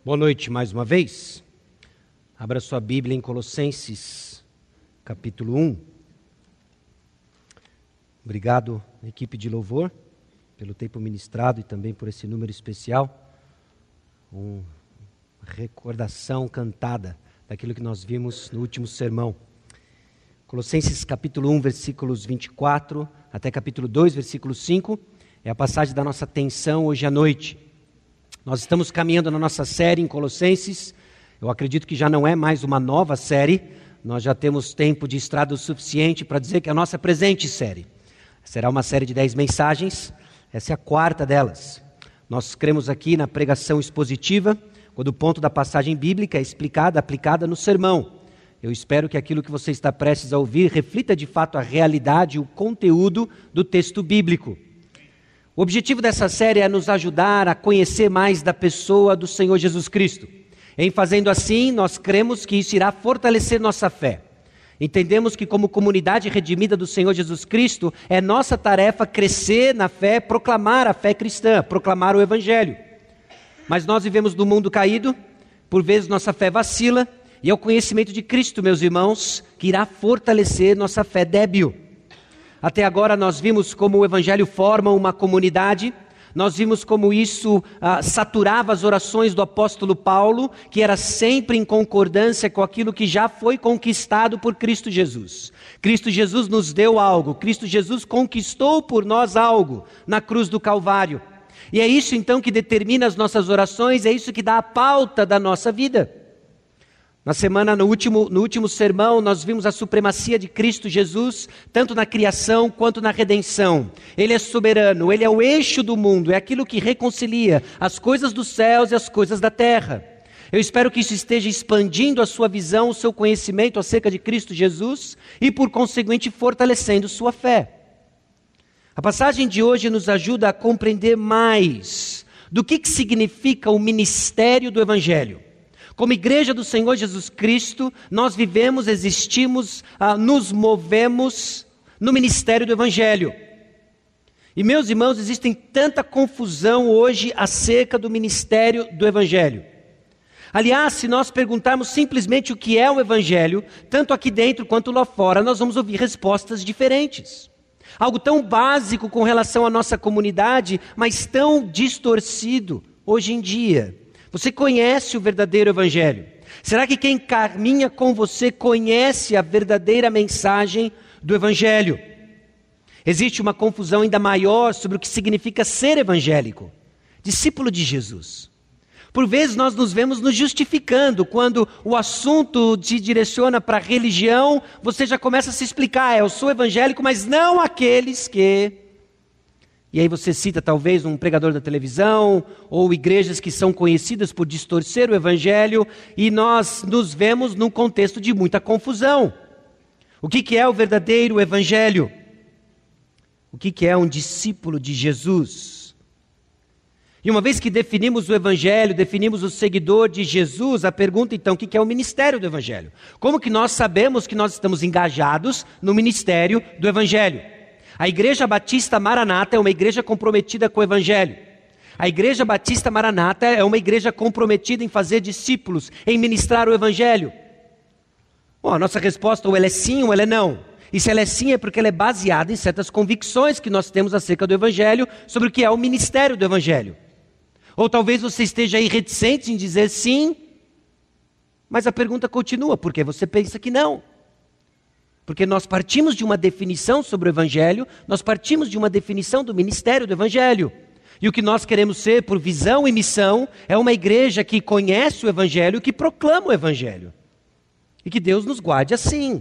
Boa noite mais uma vez. Abra sua Bíblia em Colossenses, capítulo 1. Obrigado, equipe de louvor, pelo tempo ministrado e também por esse número especial. Uma recordação cantada daquilo que nós vimos no último sermão. Colossenses capítulo 1, versículos 24 até capítulo 2, versículo 5, é a passagem da nossa atenção hoje à noite. Nós estamos caminhando na nossa série em Colossenses. Eu acredito que já não é mais uma nova série. Nós já temos tempo de estrada o suficiente para dizer que a nossa presente série será uma série de 10 mensagens. Essa é a quarta delas. Nós cremos aqui na pregação expositiva, quando o ponto da passagem bíblica é explicada, aplicada no sermão. Eu espero que aquilo que você está prestes a ouvir reflita de fato a realidade e o conteúdo do texto bíblico. O objetivo dessa série é nos ajudar a conhecer mais da pessoa do Senhor Jesus Cristo. Em fazendo assim, nós cremos que isso irá fortalecer nossa fé. Entendemos que como comunidade redimida do Senhor Jesus Cristo, é nossa tarefa crescer na fé, proclamar a fé cristã, proclamar o Evangelho. Mas nós vivemos num mundo caído, por vezes nossa fé vacila, e é o conhecimento de Cristo, meus irmãos, que irá fortalecer nossa fé débil. Até agora nós vimos como o Evangelho forma uma comunidade, nós vimos como isso saturava as orações do apóstolo Paulo, que era sempre em concordância com aquilo que já foi conquistado por Cristo Jesus. Cristo Jesus nos deu algo, Cristo Jesus conquistou por nós algo na cruz do Calvário. E é isso então que determina as nossas orações, é isso que dá a pauta da nossa vida. Na semana, no último sermão, nós vimos a supremacia de Cristo Jesus, tanto na criação quanto na redenção. Ele é soberano, Ele é o eixo do mundo, é aquilo que reconcilia as coisas dos céus e as coisas da terra. Eu espero que isso esteja expandindo a sua visão, o seu conhecimento acerca de Cristo Jesus e, por conseguinte, fortalecendo sua fé. A passagem de hoje nos ajuda a compreender mais do que significa o ministério do Evangelho. Como igreja do Senhor Jesus Cristo, nós vivemos, existimos, nos movemos no ministério do Evangelho. E meus irmãos, existe tanta confusão hoje acerca do ministério do Evangelho. Aliás, se nós perguntarmos simplesmente o que é o Evangelho, tanto aqui dentro quanto lá fora, nós vamos ouvir respostas diferentes. Algo tão básico com relação à nossa comunidade, mas tão distorcido hoje em dia. Você conhece o verdadeiro Evangelho? Será que quem caminha com você conhece a verdadeira mensagem do Evangelho? Existe uma confusão ainda maior sobre o que significa ser evangélico, discípulo de Jesus. Por vezes nós nos vemos nos justificando, quando o assunto te direciona para a religião, você já começa a se explicar, eu sou evangélico, mas não aqueles que... E aí você cita talvez um pregador da televisão, ou igrejas que são conhecidas por distorcer o Evangelho, e nós nos vemos num contexto de muita confusão. O que é o verdadeiro Evangelho? O que é um discípulo de Jesus? E uma vez que definimos o Evangelho, definimos o seguidor de Jesus, a pergunta então, o que é o ministério do Evangelho? Como que nós sabemos que nós estamos engajados no ministério do Evangelho? A Igreja Batista Maranata é uma igreja comprometida com o Evangelho. A Igreja Batista Maranata é uma igreja comprometida em fazer discípulos, em ministrar o Evangelho. Bom, a nossa resposta ou ela é sim ou ela é não. E se ela é sim é porque ela é baseada em certas convicções que nós temos acerca do Evangelho, sobre o que é o ministério do Evangelho. Ou talvez você esteja aí reticente em dizer sim, mas a pergunta continua, por que você pensa que não? Porque nós partimos de uma definição sobre o Evangelho, nós partimos de uma definição do ministério do Evangelho. E o que nós queremos ser, por visão e missão, é uma igreja que conhece o Evangelho, que proclama o Evangelho. E que Deus nos guarde assim.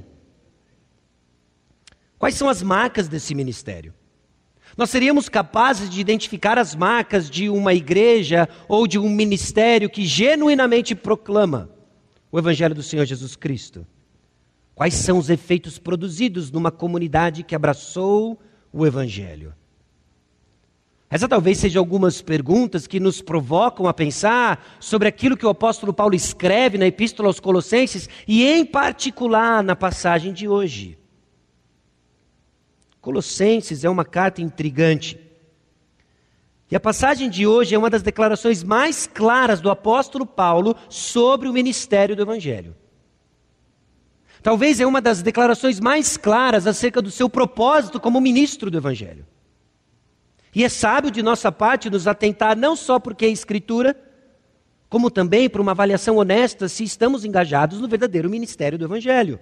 Quais são as marcas desse ministério? Nós seríamos capazes de identificar as marcas de uma igreja ou de um ministério que genuinamente proclama o Evangelho do Senhor Jesus Cristo? Quais são os efeitos produzidos numa comunidade que abraçou o Evangelho? Essa talvez seja algumas perguntas que nos provocam a pensar sobre aquilo que o apóstolo Paulo escreve na Epístola aos Colossenses e em particular na passagem de hoje. Colossenses é uma carta intrigante. E a passagem de hoje é uma das declarações mais claras do apóstolo Paulo sobre o ministério do Evangelho. Talvez é uma das declarações mais claras acerca do seu propósito como ministro do Evangelho. E é sábio de nossa parte nos atentar não só porque é Escritura, como também para uma avaliação honesta se estamos engajados no verdadeiro ministério do Evangelho.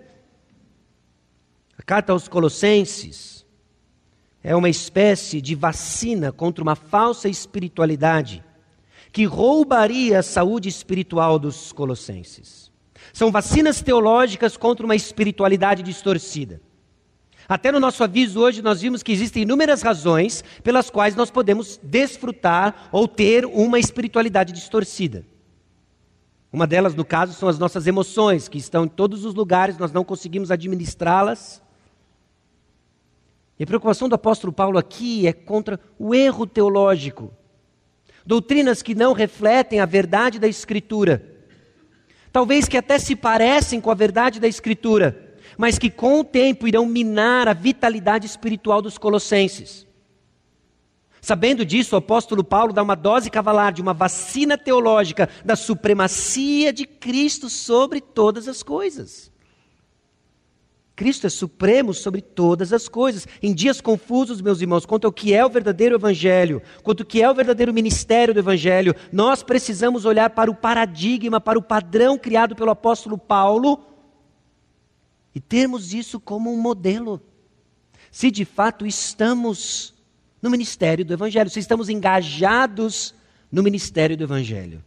A carta aos Colossenses é uma espécie de vacina contra uma falsa espiritualidade que roubaria a saúde espiritual dos colossenses. São vacinas teológicas contra uma espiritualidade distorcida. Até no nosso aviso hoje nós vimos que existem inúmeras razões pelas quais nós podemos desfrutar ou ter uma espiritualidade distorcida. Uma delas, no caso, são as nossas emoções, que estão em todos os lugares, nós não conseguimos administrá-las. E a preocupação do apóstolo Paulo aqui é contra o erro teológico. Doutrinas que não refletem a verdade da Escritura. Talvez que até se parecem com a verdade da Escritura, mas que com o tempo irão minar a vitalidade espiritual dos colossenses. Sabendo disso, o apóstolo Paulo dá uma dose cavalar de uma vacina teológica da supremacia de Cristo sobre todas as coisas. Cristo é supremo sobre todas as coisas. Em dias confusos, meus irmãos, quanto ao que é o verdadeiro Evangelho, quanto ao que é o verdadeiro ministério do Evangelho, nós precisamos olhar para o paradigma, para o padrão criado pelo apóstolo Paulo e termos isso como um modelo. Se de fato estamos no ministério do Evangelho, se estamos engajados no ministério do Evangelho.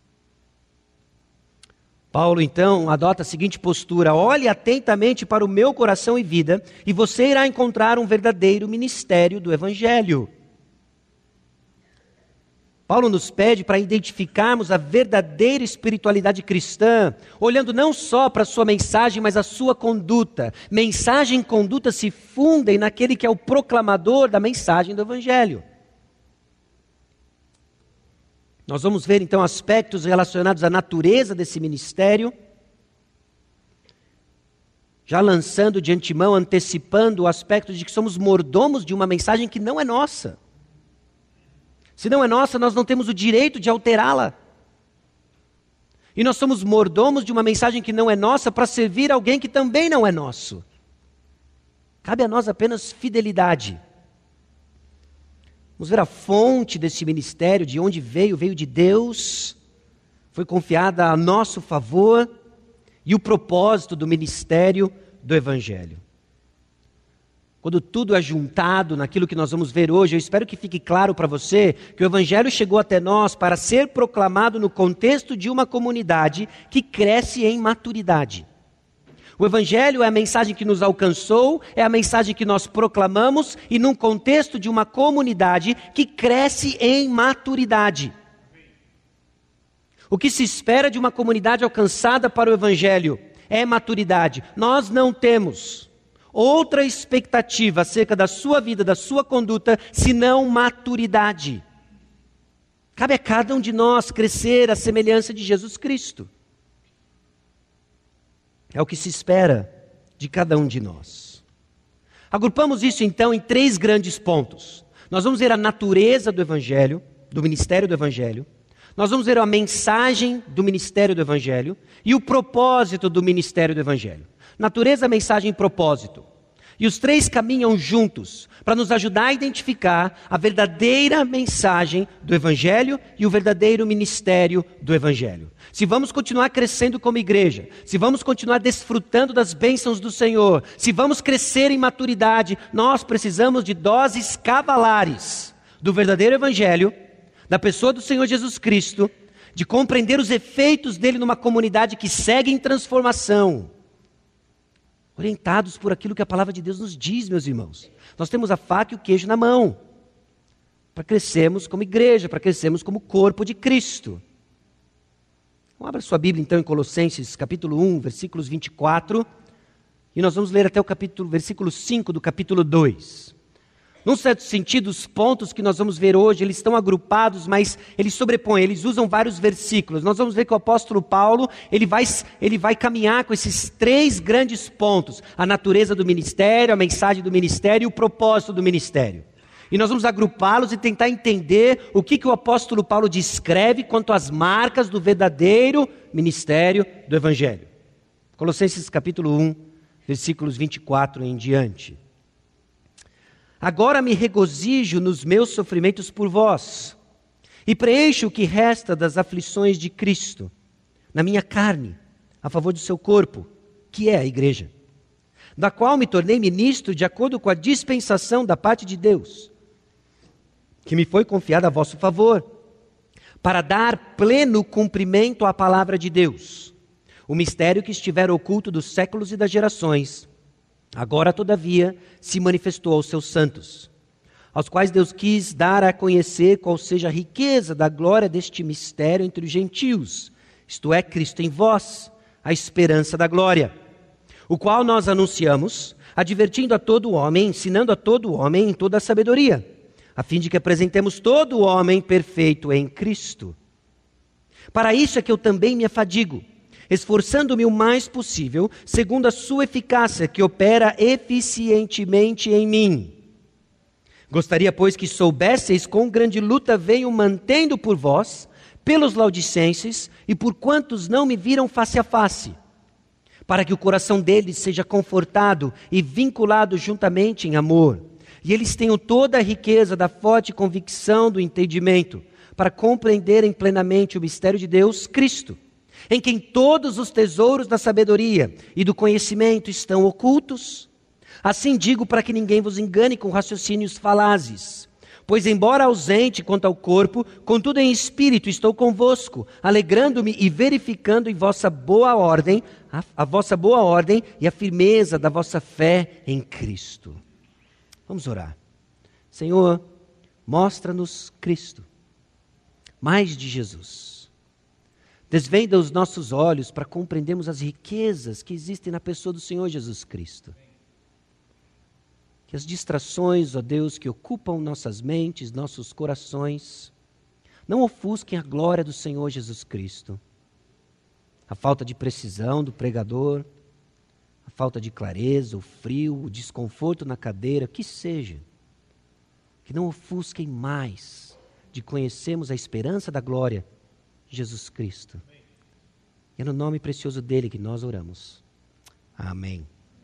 Paulo, então, adota a seguinte postura: olhe atentamente para o meu coração e vida, e você irá encontrar um verdadeiro ministério do Evangelho. Paulo nos pede para identificarmos a verdadeira espiritualidade cristã, olhando não só para a sua mensagem, mas a sua conduta. Mensagem e conduta se fundem naquele que é o proclamador da mensagem do Evangelho. Nós vamos ver então aspectos relacionados à natureza desse ministério, já lançando de antemão, antecipando o aspecto de que somos mordomos de uma mensagem que não é nossa. Se não é nossa, nós não temos o direito de alterá-la. E nós somos mordomos de uma mensagem que não é nossa para servir alguém que também não é nosso. Cabe a nós apenas fidelidade. Vamos ver a fonte desse ministério, de onde veio de Deus, foi confiada a nosso favor, e o propósito do ministério do Evangelho. Quando tudo é juntado naquilo que nós vamos ver hoje, eu espero que fique claro para você que o Evangelho chegou até nós para ser proclamado no contexto de uma comunidade que cresce em maturidade. O Evangelho é a mensagem que nos alcançou, é a mensagem que nós proclamamos e num contexto de uma comunidade que cresce em maturidade. O que se espera de uma comunidade alcançada para o Evangelho é maturidade. Nós não temos outra expectativa acerca da sua vida, da sua conduta, senão maturidade. Cabe a cada um de nós crescer à semelhança de Jesus Cristo. É o que se espera de cada um de nós. Agrupamos isso então em 3 grandes pontos. Nós vamos ver a natureza do Evangelho, do ministério do Evangelho. Nós vamos ver a mensagem do ministério do Evangelho e o propósito do ministério do Evangelho. Natureza, mensagem e propósito. E os 3 caminham juntos para nos ajudar a identificar a verdadeira mensagem do Evangelho e o verdadeiro ministério do Evangelho. Se vamos continuar crescendo como igreja, se vamos continuar desfrutando das bênçãos do Senhor, se vamos crescer em maturidade, nós precisamos de doses cavalares do verdadeiro Evangelho, da pessoa do Senhor Jesus Cristo, de compreender os efeitos dele numa comunidade que segue em transformação, orientados por aquilo que a palavra de Deus nos diz, meus irmãos. Nós temos a faca e o queijo na mão, para crescermos como igreja, para crescermos como corpo de Cristo. Então, abra sua Bíblia então em Colossenses capítulo 1, versículos 24, e nós vamos ler até o versículo 5 do capítulo 2. Num certo sentido, os pontos que nós vamos ver hoje, eles estão agrupados, mas eles sobrepõem, eles usam vários versículos. Nós vamos ver que o apóstolo Paulo, ele vai caminhar com esses 3 grandes pontos: a natureza do ministério, a mensagem do ministério e o propósito do ministério. E nós vamos agrupá-los e tentar entender o que o apóstolo Paulo descreve quanto às marcas do verdadeiro ministério do Evangelho. Colossenses capítulo 1, versículos 24 em diante. Agora me regozijo nos meus sofrimentos por vós, e preencho o que resta das aflições de Cristo, na minha carne, a favor do seu corpo, que é a igreja, da qual me tornei ministro de acordo com a dispensação da parte de Deus, que me foi confiada a vosso favor, para dar pleno cumprimento à palavra de Deus, o mistério que estivera oculto dos séculos e das gerações, agora, todavia, se manifestou aos seus santos, aos quais Deus quis dar a conhecer qual seja a riqueza da glória deste mistério entre os gentios, isto é, Cristo em vós, a esperança da glória, o qual nós anunciamos, advertindo a todo homem, ensinando a todo homem em toda a sabedoria, a fim de que apresentemos todo o homem perfeito em Cristo. Para isso é que eu também me afadigo, esforçando-me o mais possível, segundo a sua eficácia, que opera eficientemente em mim. Gostaria, pois, que soubesseis quão grande luta venho mantendo por vós, pelos laodicenses e por quantos não me viram face a face, para que o coração deles seja confortado e vinculado juntamente em amor, e eles tenham toda a riqueza da forte convicção do entendimento, para compreenderem plenamente o mistério de Deus, Cristo, em quem todos os tesouros da sabedoria e do conhecimento estão ocultos. Assim digo para que ninguém vos engane com raciocínios falazes. Pois embora ausente quanto ao corpo, contudo em espírito estou convosco, alegrando-me e verificando em vossa boa ordem, a vossa boa ordem e a firmeza da vossa fé em Cristo. Vamos orar. Senhor, mostra-nos Cristo, mais de Jesus. Desvenda os nossos olhos para compreendermos as riquezas que existem na pessoa do Senhor Jesus Cristo. Que as distrações, ó Deus, que ocupam nossas mentes, nossos corações, não ofusquem a glória do Senhor Jesus Cristo. A falta de precisão do pregador, a falta de clareza, o frio, o desconforto na cadeira, que seja, que não ofusquem mais de conhecermos a esperança da glória, Jesus Cristo. E é no nome precioso dele que nós oramos. Amém.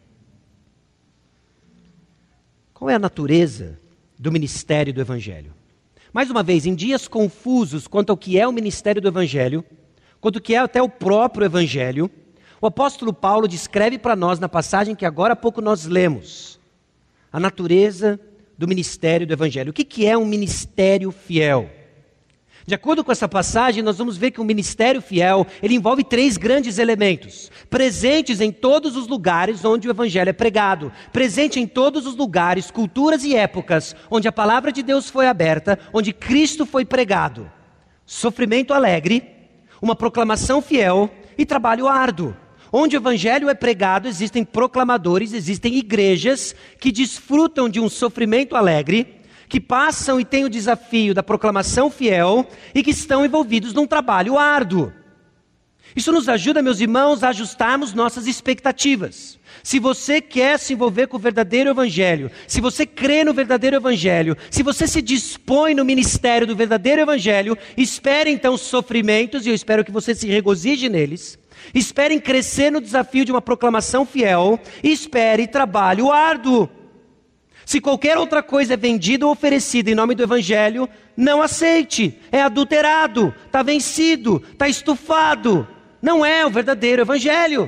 Qual é a natureza do ministério do Evangelho? Mais uma vez, em dias confusos quanto ao que é o ministério do Evangelho, quanto ao que é até o próprio Evangelho, o apóstolo Paulo descreve para nós, na passagem que agora há pouco nós lemos, a natureza do ministério do Evangelho. O que é um ministério fiel? De acordo com essa passagem, nós vamos ver que o ministério fiel, ele envolve 3 grandes elementos, presentes em todos os lugares onde o Evangelho é pregado, presente em todos os lugares, culturas e épocas, onde a palavra de Deus foi aberta, onde Cristo foi pregado. Sofrimento alegre, uma proclamação fiel e trabalho árduo. Onde o Evangelho é pregado, existem proclamadores, existem igrejas que desfrutam de um sofrimento alegre, que passam e têm o desafio da proclamação fiel e que estão envolvidos num trabalho árduo. Isso nos ajuda, meus irmãos, a ajustarmos nossas expectativas. Se você quer se envolver com o verdadeiro Evangelho, se você crê no verdadeiro Evangelho, se você se dispõe no ministério do verdadeiro Evangelho, espere então sofrimentos, e eu espero que você se regozije neles. Espere crescer no desafio de uma proclamação fiel e espere trabalho árduo. Se qualquer outra coisa é vendida ou oferecida em nome do Evangelho, não aceite. É adulterado, está vencido, está estufado. Não é o verdadeiro Evangelho.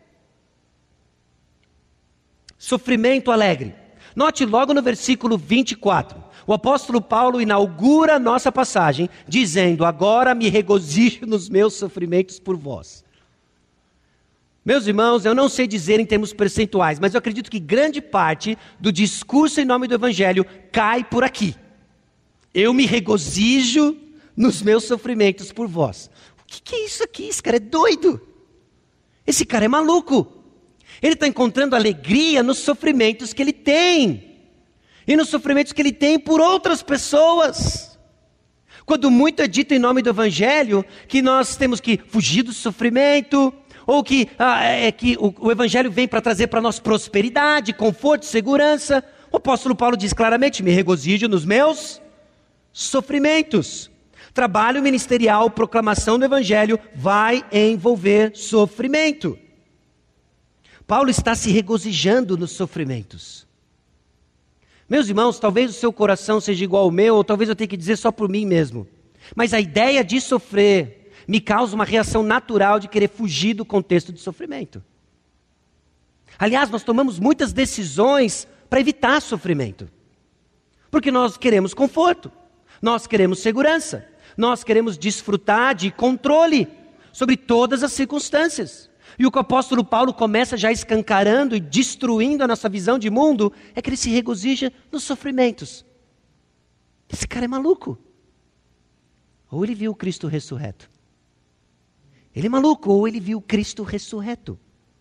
Sofrimento alegre. Note logo no versículo 24. O apóstolo Paulo inaugura a nossa passagem dizendo: agora me regozijo nos meus sofrimentos por vós. Meus irmãos, eu não sei dizer em termos percentuais, mas eu acredito que grande parte do discurso em nome do Evangelho cai por aqui. Eu me regozijo nos meus sofrimentos por vós. O que é isso aqui? Esse cara é doido. Esse cara é maluco. Ele está encontrando alegria nos sofrimentos que ele tem. E nos sofrimentos que ele tem por outras pessoas. Quando muito é dito em nome do Evangelho que nós temos que fugir do sofrimento, ou que o Evangelho vem para trazer para nós prosperidade, conforto, segurança. O apóstolo Paulo diz claramente: me regozijo nos meus sofrimentos. Trabalho ministerial, proclamação do evangelho vai envolver sofrimento. Paulo está se regozijando nos sofrimentos. Meus irmãos, talvez o seu coração seja igual ao meu, ou talvez eu tenha que dizer só por mim mesmo. Mas a ideia de sofrer me causa uma reação natural de querer fugir do contexto de sofrimento. Aliás, nós tomamos muitas decisões para evitar sofrimento. Porque nós queremos conforto, nós queremos segurança, nós queremos desfrutar de controle sobre todas as circunstâncias. E o que o apóstolo Paulo começa já escancarando e destruindo a nossa visão de mundo é que ele se regozija nos sofrimentos. Esse cara é maluco. Ou ele viu o Cristo ressurreto. Ele é maluco, ou ele viu o Cristo ressurreto.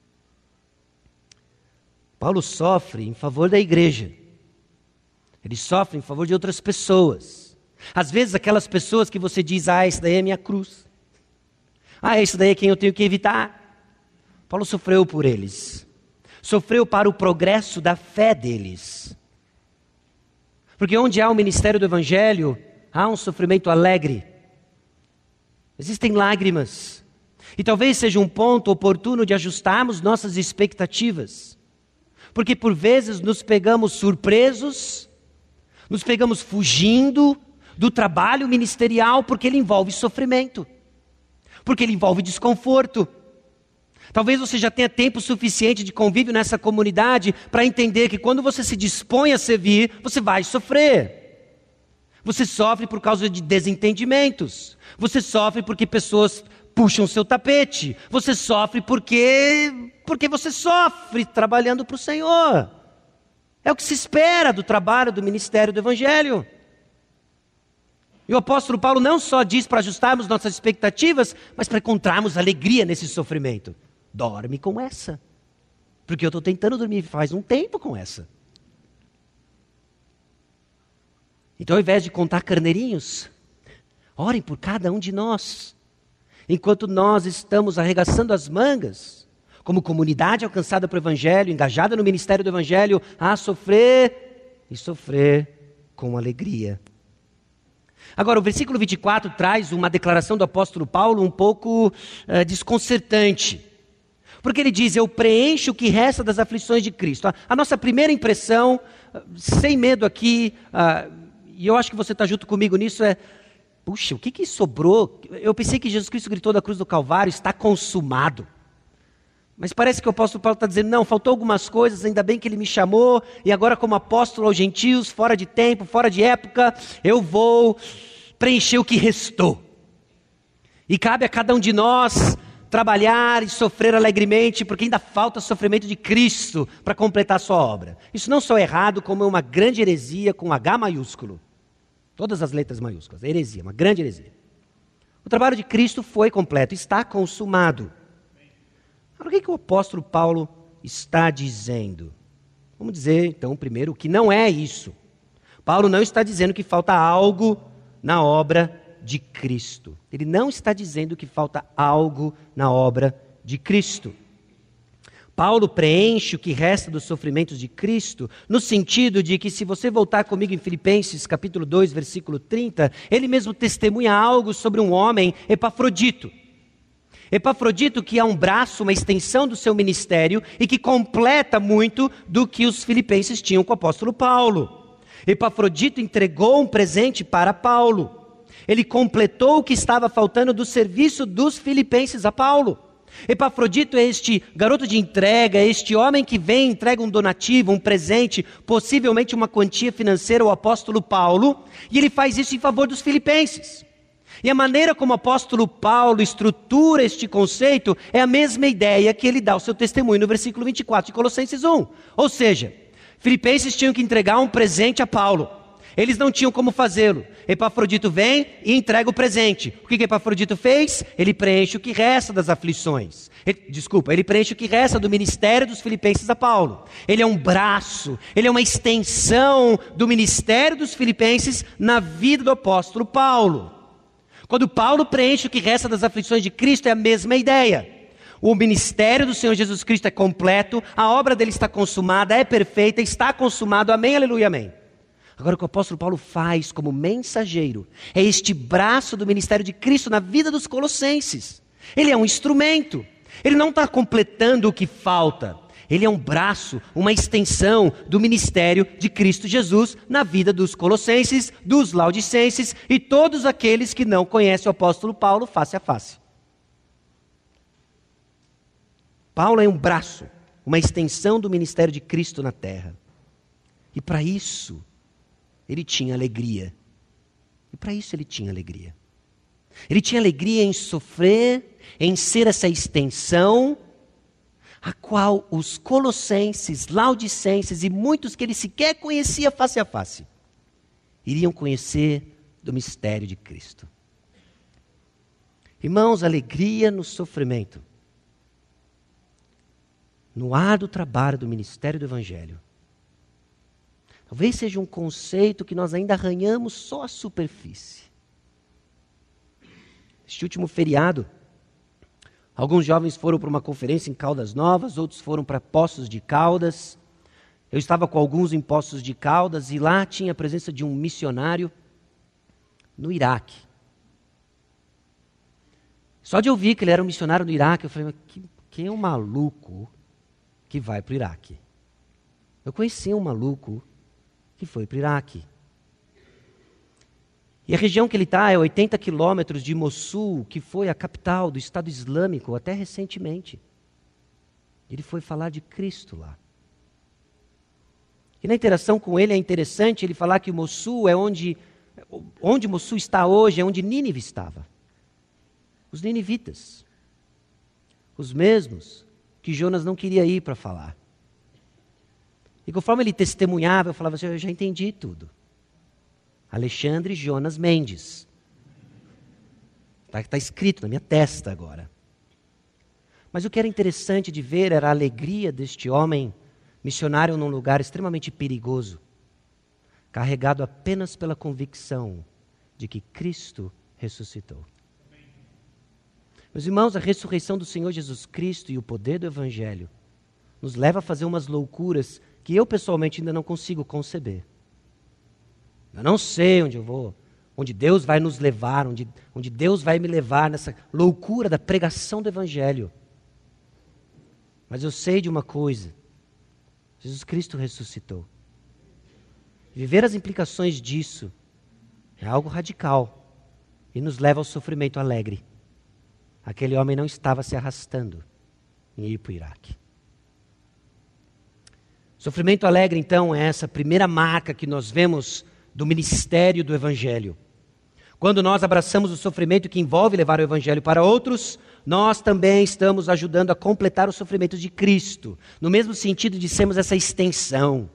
Paulo sofre em favor da igreja. Ele sofre em favor de outras pessoas. Às vezes aquelas pessoas que você diz: esse daí é minha cruz. Esse daí é quem eu tenho que evitar. Paulo sofreu por eles. Sofreu para o progresso da fé deles. Porque onde há o ministério do evangelho, há um sofrimento alegre. Existem lágrimas. E talvez seja um ponto oportuno de ajustarmos nossas expectativas. Porque por vezes nos pegamos surpresos, nos pegamos fugindo do trabalho ministerial porque ele envolve sofrimento, porque ele envolve desconforto. Talvez você já tenha tempo suficiente de convívio nessa comunidade para entender que quando você se dispõe a servir, você vai sofrer. Você sofre por causa de desentendimentos. Você sofre porque pessoas puxam o seu tapete. Você sofre porque você sofre trabalhando para o Senhor. É o que se espera do trabalho do ministério do evangelho. E o apóstolo Paulo não só diz para ajustarmos nossas expectativas, mas para encontrarmos alegria nesse sofrimento. Dorme com essa. Porque eu estou tentando dormir faz um tempo com essa. Então, ao invés de contar carneirinhos, orem por cada um de nós. Enquanto nós estamos arregaçando as mangas, como comunidade alcançada pelo evangelho, engajada no ministério do evangelho, a sofrer e sofrer com alegria. Agora, o versículo 24 traz uma declaração do apóstolo Paulo um pouco desconcertante. Porque ele diz: eu preencho o que resta das aflições de Cristo. A nossa primeira impressão, sem medo aqui, e eu acho que você está junto comigo nisso, é: puxa, o que sobrou? Eu pensei que Jesus Cristo gritou da cruz do Calvário: está consumado. Mas parece que o apóstolo Paulo está dizendo: não, faltou algumas coisas, ainda bem que ele me chamou, e agora como apóstolo aos gentios, fora de tempo, fora de época, eu vou preencher o que restou. E cabe a cada um de nós trabalhar e sofrer alegremente, porque ainda falta sofrimento de Cristo para completar a sua obra. Isso não só é errado, como é uma grande heresia com H maiúsculo. Todas as letras maiúsculas, heresia, uma grande heresia. O trabalho de Cristo foi completo, está consumado. Agora, o que o apóstolo Paulo está dizendo? Vamos dizer, então, primeiro, que não é isso. Paulo não está dizendo que falta algo na obra de Cristo. Ele não está dizendo que falta algo na obra de Cristo. Paulo preenche o que resta dos sofrimentos de Cristo, no sentido de que, se você voltar comigo em Filipenses capítulo 2, versículo 30, ele mesmo testemunha algo sobre um homem, Epafrodito. Epafrodito, que é um braço, uma extensão do seu ministério e que completa muito do que os filipenses tinham com o apóstolo Paulo. Epafrodito entregou um presente para Paulo. Ele completou o que estava faltando do serviço dos filipenses a Paulo. Epafrodito é este garoto de entrega, este homem que vem e entrega um donativo, um presente, possivelmente uma quantia financeira ao apóstolo Paulo, e ele faz isso em favor dos filipenses. E a maneira como o apóstolo Paulo estrutura este conceito é a mesma ideia que ele dá ao seu testemunho no versículo 24 de Colossenses 1. Ou seja, filipenses tinham que entregar um presente a Paulo. Eles não tinham como fazê-lo. Epafrodito vem e entrega o presente. O que Epafrodito fez? Ele preenche o que resta das aflições. Ele preenche o que resta do ministério dos filipenses a Paulo. Ele é um braço, ele é uma extensão do ministério dos filipenses na vida do apóstolo Paulo. Quando Paulo preenche o que resta das aflições de Cristo, é a mesma ideia. O ministério do Senhor Jesus Cristo é completo, a obra dele está consumada, é perfeita, está consumado, amém, aleluia, amém. Agora o que o apóstolo Paulo faz como mensageiro é este braço do ministério de Cristo na vida dos colossenses. Ele é um instrumento, ele não está completando o que falta. Ele é um braço, uma extensão do ministério de Cristo Jesus na vida dos colossenses, dos laodicenses e todos aqueles que não conhecem o apóstolo Paulo face a face. Paulo é um braço, uma extensão do ministério de Cristo na terra. E para isso, ele tinha alegria. Ele tinha alegria em sofrer, em ser essa extensão, a qual os colossenses, laodicenses e muitos que ele sequer conhecia face a face, iriam conhecer do mistério de Cristo. Irmãos, alegria no sofrimento, no árduo trabalho do ministério do Evangelho, talvez seja um conceito que nós ainda arranhamos só a superfície. Este último feriado, alguns jovens foram para uma conferência em Caldas Novas, outros foram para Poços de Caldas. Eu estava com alguns em Poços de Caldas e lá tinha a presença de um missionário no Iraque. Só de ouvir que ele era um missionário no Iraque, eu falei, mas quem é um maluco que vai para o Iraque? Eu conheci um maluco que foi para o Iraque. E a região que ele está é 80 quilômetros de Mossul, que foi a capital do Estado Islâmico até recentemente. Ele foi falar de Cristo lá. E na interação com ele é interessante ele falar que Mossul é onde Mossul está hoje, é onde Nínive estava. Os ninivitas. Os mesmos que Jonas não queria ir para falar. E conforme ele testemunhava, eu falava assim, eu já entendi tudo. Alexandre Jonas Mendes. Está escrito na minha testa agora. Mas o que era interessante de ver era a alegria deste homem missionário num lugar extremamente perigoso, carregado apenas pela convicção de que Cristo ressuscitou. Meus irmãos, a ressurreição do Senhor Jesus Cristo e o poder do Evangelho nos leva a fazer umas loucuras que eu pessoalmente ainda não consigo conceber. Eu não sei onde eu vou, onde Deus vai nos levar, onde Deus vai me levar nessa loucura da pregação do Evangelho. Mas eu sei de uma coisa, Jesus Cristo ressuscitou. Viver as implicações disso é algo radical e nos leva ao sofrimento alegre. Aquele homem não estava se arrastando em ir para o Iraque. Sofrimento alegre, então, é essa primeira marca que nós vemos do ministério do Evangelho. Quando nós abraçamos o sofrimento que envolve levar o Evangelho para outros, nós também estamos ajudando a completar o sofrimento de Cristo, no mesmo sentido de sermos essa extensão.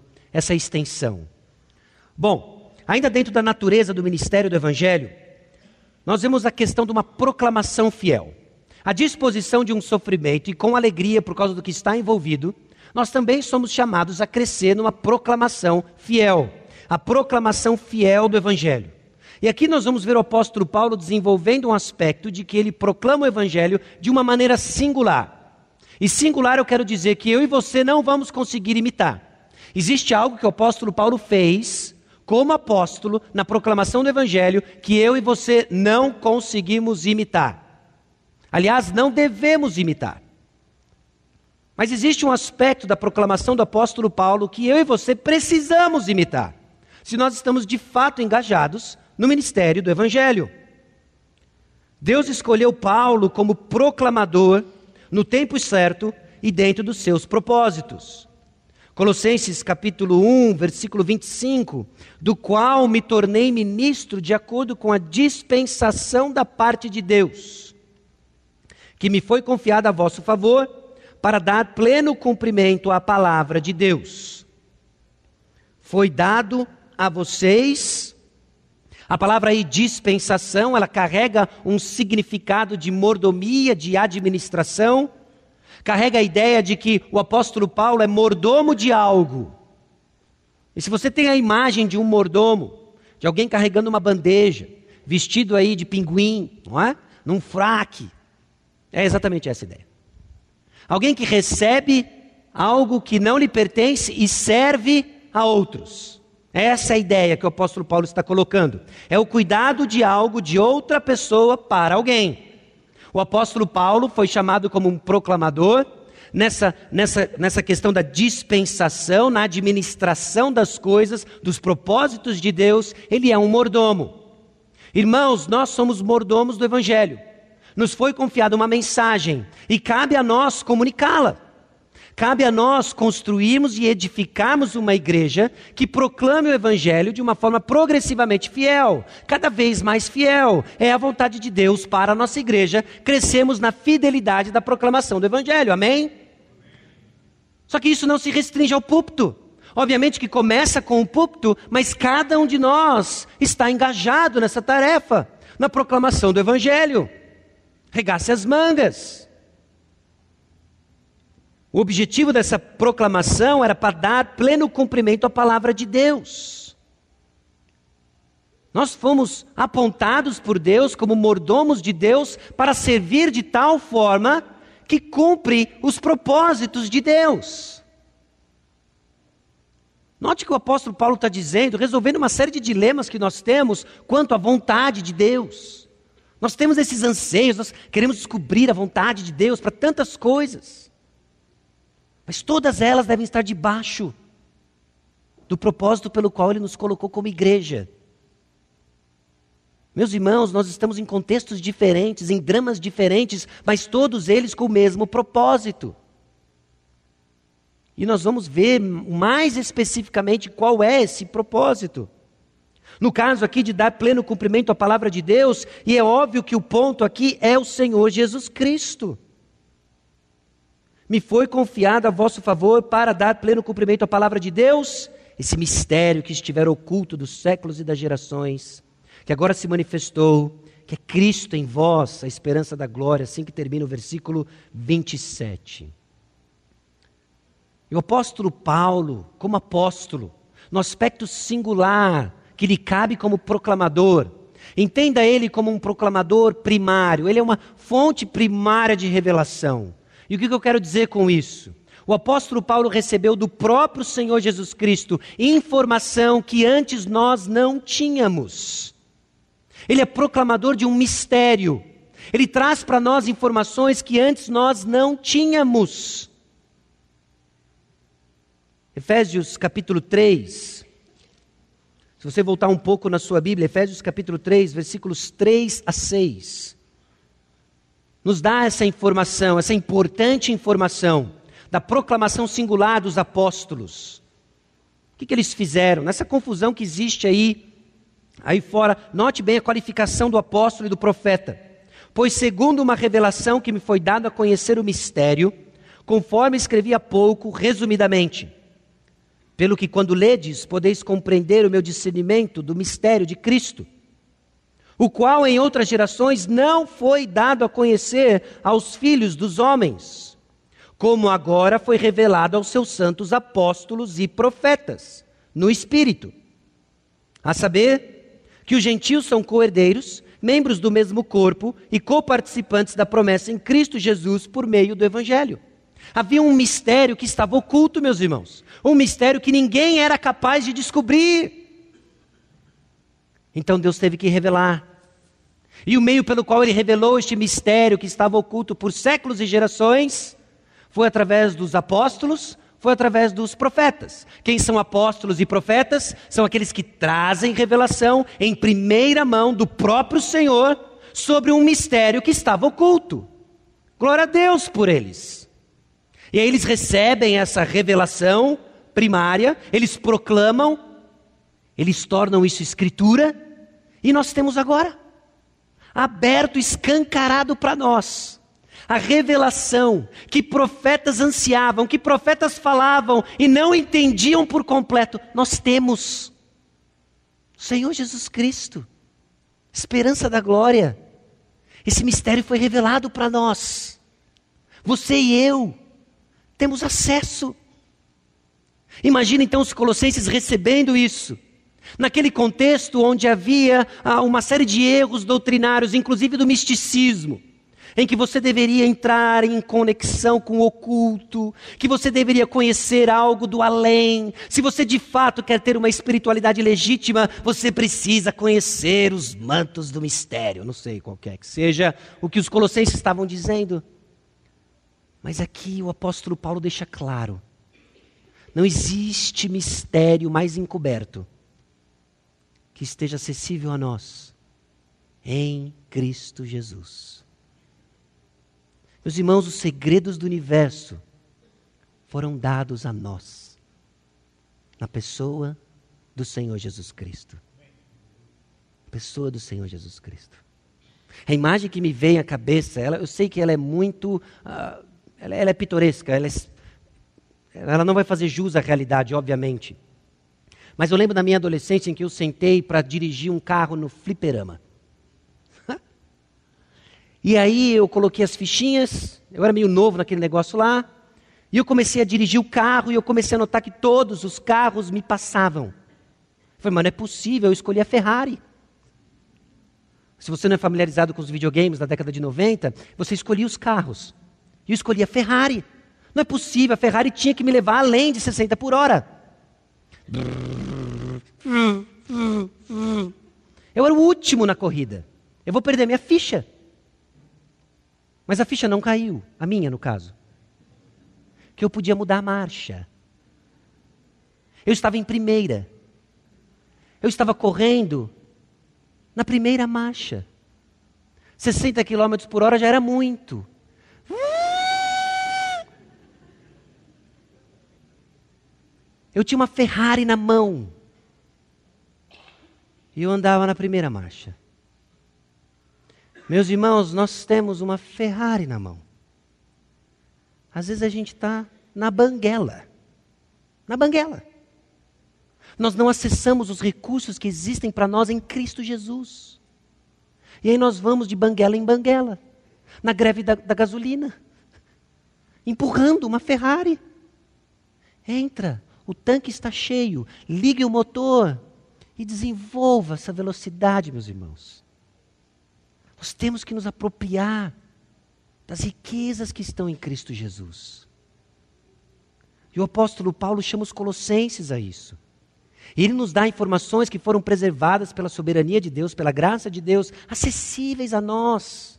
Bom, ainda dentro da natureza do ministério do Evangelho, nós vemos a questão de uma proclamação fiel. À disposição de um sofrimento e com alegria por causa do que está envolvido, nós também somos chamados a crescer numa proclamação fiel. A proclamação fiel do Evangelho. E aqui nós vamos ver o apóstolo Paulo desenvolvendo um aspecto de que ele proclama o Evangelho de uma maneira singular. E singular eu quero dizer que eu e você não vamos conseguir imitar. Existe algo que o apóstolo Paulo fez como apóstolo na proclamação do Evangelho que eu e você não conseguimos imitar. Aliás, não devemos imitar. Mas existe um aspecto da proclamação do apóstolo Paulo que eu e você precisamos imitar, se nós estamos de fato engajados no ministério do Evangelho. Deus escolheu Paulo como proclamador no tempo certo e dentro dos seus propósitos. Colossenses capítulo 1, versículo 25, do qual me tornei ministro de acordo com a dispensação da parte de Deus, que me foi confiada a vosso favor, para dar pleno cumprimento à palavra de Deus. Foi dado a vocês, a palavra aí dispensação, ela carrega um significado de mordomia, de administração, carrega a ideia de que o apóstolo Paulo é mordomo de algo. E se você tem a imagem de um mordomo, de alguém carregando uma bandeja, vestido aí de pinguim, não é? Num fraque, é exatamente essa ideia. Alguém que recebe algo que não lhe pertence e serve a outros. Essa é a ideia que o apóstolo Paulo está colocando. É o cuidado de algo de outra pessoa para alguém. O apóstolo Paulo foi chamado como um proclamador nessa questão da dispensação, na administração das coisas, dos propósitos de Deus. Ele é um mordomo. Irmãos, nós somos mordomos do Evangelho. Nos foi confiada uma mensagem e cabe a nós comunicá-la. Cabe a nós construirmos e edificarmos uma igreja que proclame o Evangelho de uma forma progressivamente fiel, cada vez mais fiel. É a vontade de Deus para a nossa igreja, crescemos na fidelidade da proclamação do Evangelho, amém? Só que isso não se restringe ao púlpito. Obviamente que começa com o púlpito, mas cada um de nós está engajado nessa tarefa, na proclamação do Evangelho. Regace as mangas. O objetivo dessa proclamação era para dar pleno cumprimento à palavra de Deus. Nós fomos apontados por Deus como mordomos de Deus para servir de tal forma que cumpre os propósitos de Deus. Note que o apóstolo Paulo está dizendo, resolvendo uma série de dilemas que nós temos quanto à vontade de Deus. Nós temos esses anseios, nós queremos descobrir a vontade de Deus para tantas coisas. Mas todas elas devem estar debaixo do propósito pelo qual Ele nos colocou como igreja. Meus irmãos, nós estamos em contextos diferentes, em dramas diferentes, mas todos eles com o mesmo propósito. E nós vamos ver mais especificamente qual é esse propósito. No caso aqui de dar pleno cumprimento à palavra de Deus, e é óbvio que o ponto aqui é o Senhor Jesus Cristo. Me foi confiado a vosso favor para dar pleno cumprimento à palavra de Deus, esse mistério que estiver oculto dos séculos e das gerações, que agora se manifestou, que é Cristo em vós, a esperança da glória, assim que termina o versículo 27. E o apóstolo Paulo, como apóstolo, no aspecto singular que lhe cabe como proclamador, entenda ele como um proclamador primário, ele é uma fonte primária de revelação. E o que eu quero dizer com isso? O apóstolo Paulo recebeu do próprio Senhor Jesus Cristo informação que antes nós não tínhamos. Ele é proclamador de um mistério. Ele traz para nós informações que antes nós não tínhamos. Efésios capítulo 3. Se você voltar um pouco na sua Bíblia, Efésios capítulo 3, versículos 3 a 6. Nos dá essa informação, essa importante informação da proclamação singular dos apóstolos. O que eles fizeram? Nessa confusão que existe aí fora, note bem a qualificação do apóstolo e do profeta. Pois segundo uma revelação que me foi dada a conhecer o mistério, conforme escrevi há pouco, resumidamente, pelo que quando ledes, podeis compreender o meu discernimento do mistério de Cristo, o qual em outras gerações não foi dado a conhecer aos filhos dos homens, como agora foi revelado aos seus santos apóstolos e profetas, no Espírito. A saber, que os gentios são co-herdeiros, membros do mesmo corpo e coparticipantes da promessa em Cristo Jesus por meio do Evangelho. Havia um mistério que estava oculto, meus irmãos. Um mistério que ninguém era capaz de descobrir. Então Deus teve que revelar. E o meio pelo qual Ele revelou este mistério que estava oculto por séculos e gerações foi através dos apóstolos, foi através dos profetas. Quem são apóstolos e profetas? São aqueles que trazem revelação em primeira mão do próprio Senhor sobre um mistério que estava oculto. Glória a Deus por eles. E aí eles recebem essa revelação primária, eles proclamam, eles tornam isso escritura, e nós temos agora, aberto, escancarado para nós, a revelação que profetas ansiavam, que profetas falavam e não entendiam por completo. Nós temos o Senhor Jesus Cristo, esperança da glória. Esse mistério foi revelado para nós. Você e eu temos acesso. Imagina então os colossenses recebendo isso, naquele contexto onde havia uma série de erros doutrinários, inclusive do misticismo. em que você deveria entrar em conexão com o oculto, que você deveria conhecer algo do além. Se você de fato quer ter uma espiritualidade legítima, você precisa conhecer os mantos do mistério. Não sei qual que seja o que os colossenses estavam dizendo. Mas aqui o apóstolo Paulo deixa claro: não existe mistério mais encoberto que esteja acessível a nós em Cristo Jesus. Meus irmãos, os segredos do universo foram dados a nós, na pessoa do Senhor Jesus Cristo. Pessoa do Senhor Jesus Cristo. A imagem que me vem à cabeça, eu sei que ela é muito, ela é pitoresca, ela não vai fazer jus à realidade, obviamente. Mas eu lembro da minha adolescência em que eu sentei para dirigir um carro no fliperama. E aí eu coloquei as fichinhas, eu era meio novo naquele negócio lá, e eu comecei a dirigir o carro e eu comecei a notar que todos os carros me passavam. Eu falei, mas não é possível, eu escolhi a Ferrari. Se você não é familiarizado com os videogames da década de 90, você escolhia os carros. E eu escolhi a Ferrari. Não é possível, a Ferrari tinha que me levar além de 60 por hora. Eu era o último na corrida. Eu vou perder minha ficha. Mas a ficha não caiu, a minha no caso. Que eu podia mudar a marcha. Eu estava em primeira. Eu estava correndo na primeira marcha. 60 km por hora já era muito. Eu tinha uma Ferrari na mão. E eu andava na primeira marcha. Meus irmãos, nós temos uma Ferrari na mão. Às vezes a gente está na banguela. Na banguela. Nós não acessamos os recursos que existem para nós em Cristo Jesus. E aí nós vamos de banguela em banguela. Na greve da gasolina. Empurrando uma Ferrari. Entra, o tanque está cheio. Ligue o motor e desenvolva essa velocidade, meus irmãos. Nós temos que nos apropriar das riquezas que estão em Cristo Jesus. E o apóstolo Paulo chama os colossenses a isso. E ele nos dá informações que foram preservadas pela soberania de Deus, pela graça de Deus, acessíveis a nós.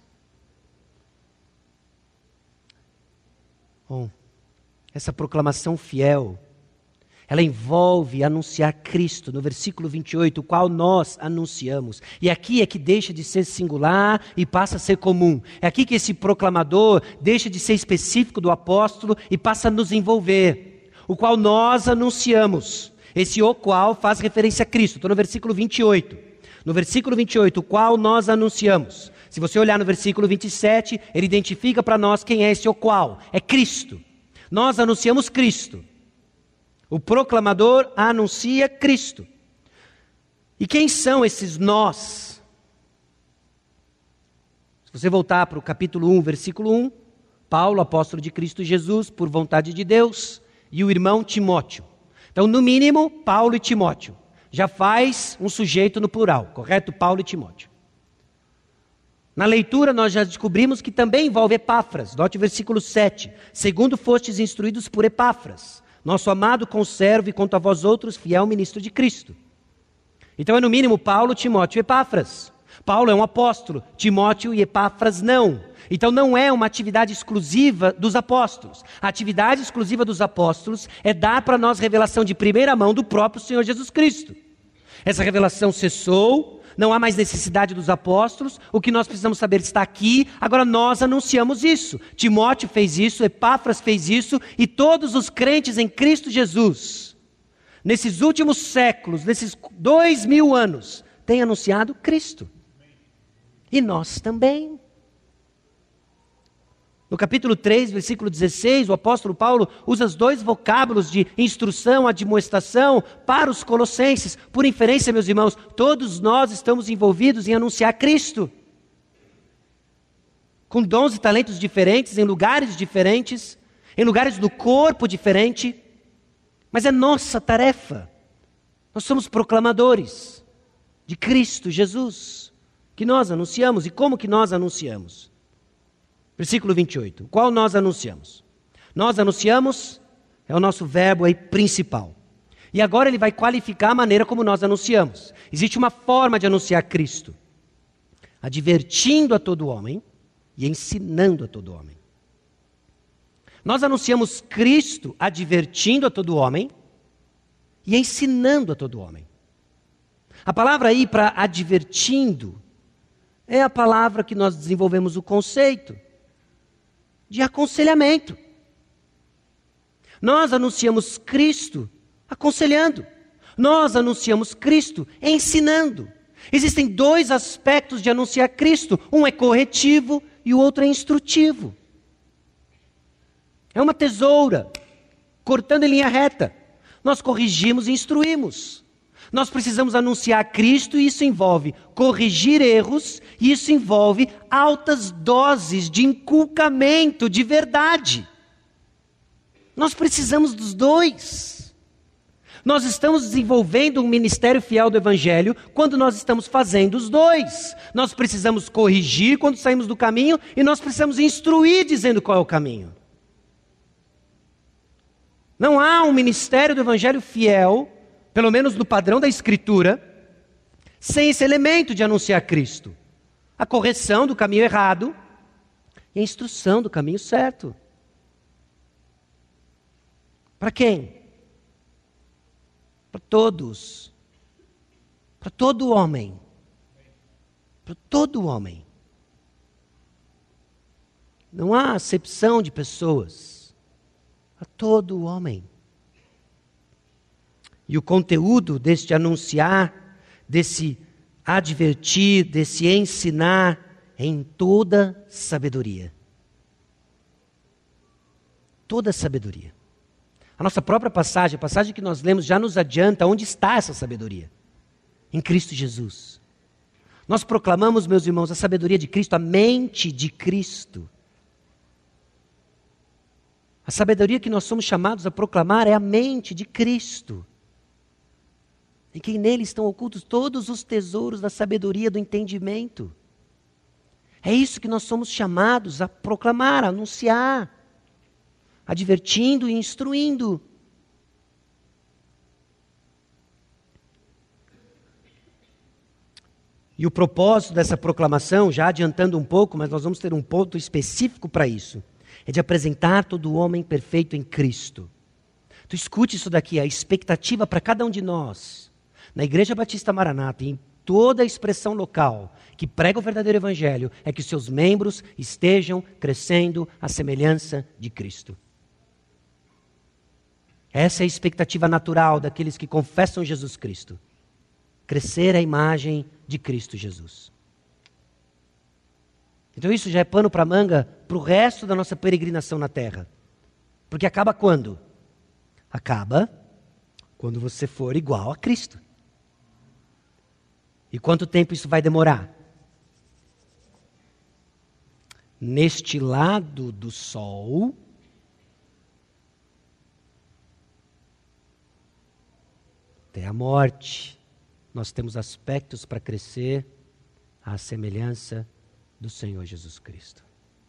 Bom, essa proclamação fiel, ela envolve anunciar Cristo, no versículo 28, o qual nós anunciamos. E aqui é que deixa de ser singular e passa a ser comum. É aqui que esse proclamador deixa de ser específico do apóstolo e passa a nos envolver. O qual nós anunciamos. Esse o qual faz referência a Cristo. Estou no versículo 28. No versículo 28, o qual nós anunciamos. Se você olhar no versículo 27, ele identifica para nós quem é esse o qual. É Cristo. Nós anunciamos Cristo. O proclamador anuncia Cristo. E quem são esses nós? Se você voltar para o capítulo 1, versículo 1, Paulo, apóstolo de Cristo Jesus, por vontade de Deus, e o irmão Timóteo. Então, no mínimo, Paulo e Timóteo. Já faz um sujeito no plural, correto? Paulo e Timóteo. Na leitura, nós já descobrimos que também envolve Epáfras. Note o versículo 7. Segundo fostes instruídos por Epáfras, nosso amado conservo e quanto a vós outros, fiel ministro de Cristo. Então é no mínimo Paulo, Timóteo e Epáfras. Paulo é um apóstolo, Timóteo e Epáfras não. Então não é uma atividade exclusiva dos apóstolos. A atividade exclusiva dos apóstolos é dar para nós revelação de primeira mão do próprio Senhor Jesus Cristo. Essa revelação cessou, não há mais necessidade dos apóstolos, o que nós precisamos saber está aqui, agora nós anunciamos isso. Timóteo fez isso, Epáfras fez isso, e todos os crentes em Cristo Jesus, nesses últimos séculos, nesses 2000 anos, têm anunciado Cristo. E nós também. No capítulo 3, versículo 16, o apóstolo Paulo usa os dois vocábulos de instrução, admoestação para os colossenses. Por inferência, meus irmãos, todos nós estamos envolvidos em anunciar Cristo. Com dons e talentos diferentes, em lugares diferentes, em lugares do corpo diferente. Mas é nossa tarefa. Nós somos proclamadores de Cristo Jesus, que nós anunciamos. E como que nós anunciamos? Versículo 28. Qual nós anunciamos? Nós anunciamos, é o nosso verbo aí principal. E agora ele vai qualificar a maneira como nós anunciamos. Existe uma forma de anunciar Cristo: advertindo a todo homem e ensinando a todo homem. Nós anunciamos Cristo advertindo a todo homem e ensinando a todo homem. A palavra aí para advertindo é a palavra que nós desenvolvemos o conceito de aconselhamento. Nós anunciamos Cristo aconselhando. Nós anunciamos Cristo ensinando. Existem dois aspectos de anunciar Cristo. Um é corretivo e o outro é instrutivo. É uma tesoura, cortando em linha reta. Nós corrigimos e instruímos. Nós precisamos anunciar Cristo e isso envolve corrigir erros e isso envolve altas doses de inculcamento de verdade. Nós precisamos dos dois. Nós estamos desenvolvendo um ministério fiel do Evangelho quando nós estamos fazendo os dois. Nós precisamos corrigir quando saímos do caminho e nós precisamos instruir dizendo qual é o caminho. Não há um ministério do Evangelho fiel, pelo menos no padrão da Escritura, sem esse elemento de anunciar Cristo. A correção do caminho errado e a instrução do caminho certo. Para quem? Para todos. Para todo homem. Para todo homem. Não há acepção de pessoas. A todo homem. E o conteúdo deste anunciar, desse advertir, desse ensinar, é em toda sabedoria. Toda sabedoria. A nossa própria passagem, a passagem que nós lemos, já nos adianta onde está essa sabedoria. Em Cristo Jesus. Nós proclamamos, meus irmãos, a sabedoria de Cristo, a mente de Cristo. A sabedoria que nós somos chamados a proclamar é a mente de Cristo. Em quem nele estão ocultos todos os tesouros da sabedoria do entendimento. É isso que nós somos chamados a proclamar, a anunciar. Advertindo e instruindo. E o propósito dessa proclamação, já adiantando um pouco, mas nós vamos ter um ponto específico para isso, é de apresentar todo o homem perfeito em Cristo. Tu escute isso daqui, a expectativa para cada um de nós, na Igreja Batista Maranata e em toda a expressão local que prega o verdadeiro Evangelho, é que os seus membros estejam crescendo à semelhança de Cristo. Essa é a expectativa natural daqueles que confessam Jesus Cristo. Crescer à imagem de Cristo Jesus. Então isso já é pano para manga para o resto da nossa peregrinação na terra. Porque acaba quando? Acaba quando você for igual a Cristo. E quanto tempo isso vai demorar? Neste lado do sol, até a morte, nós temos aspectos para crescer à semelhança do Senhor Jesus Cristo.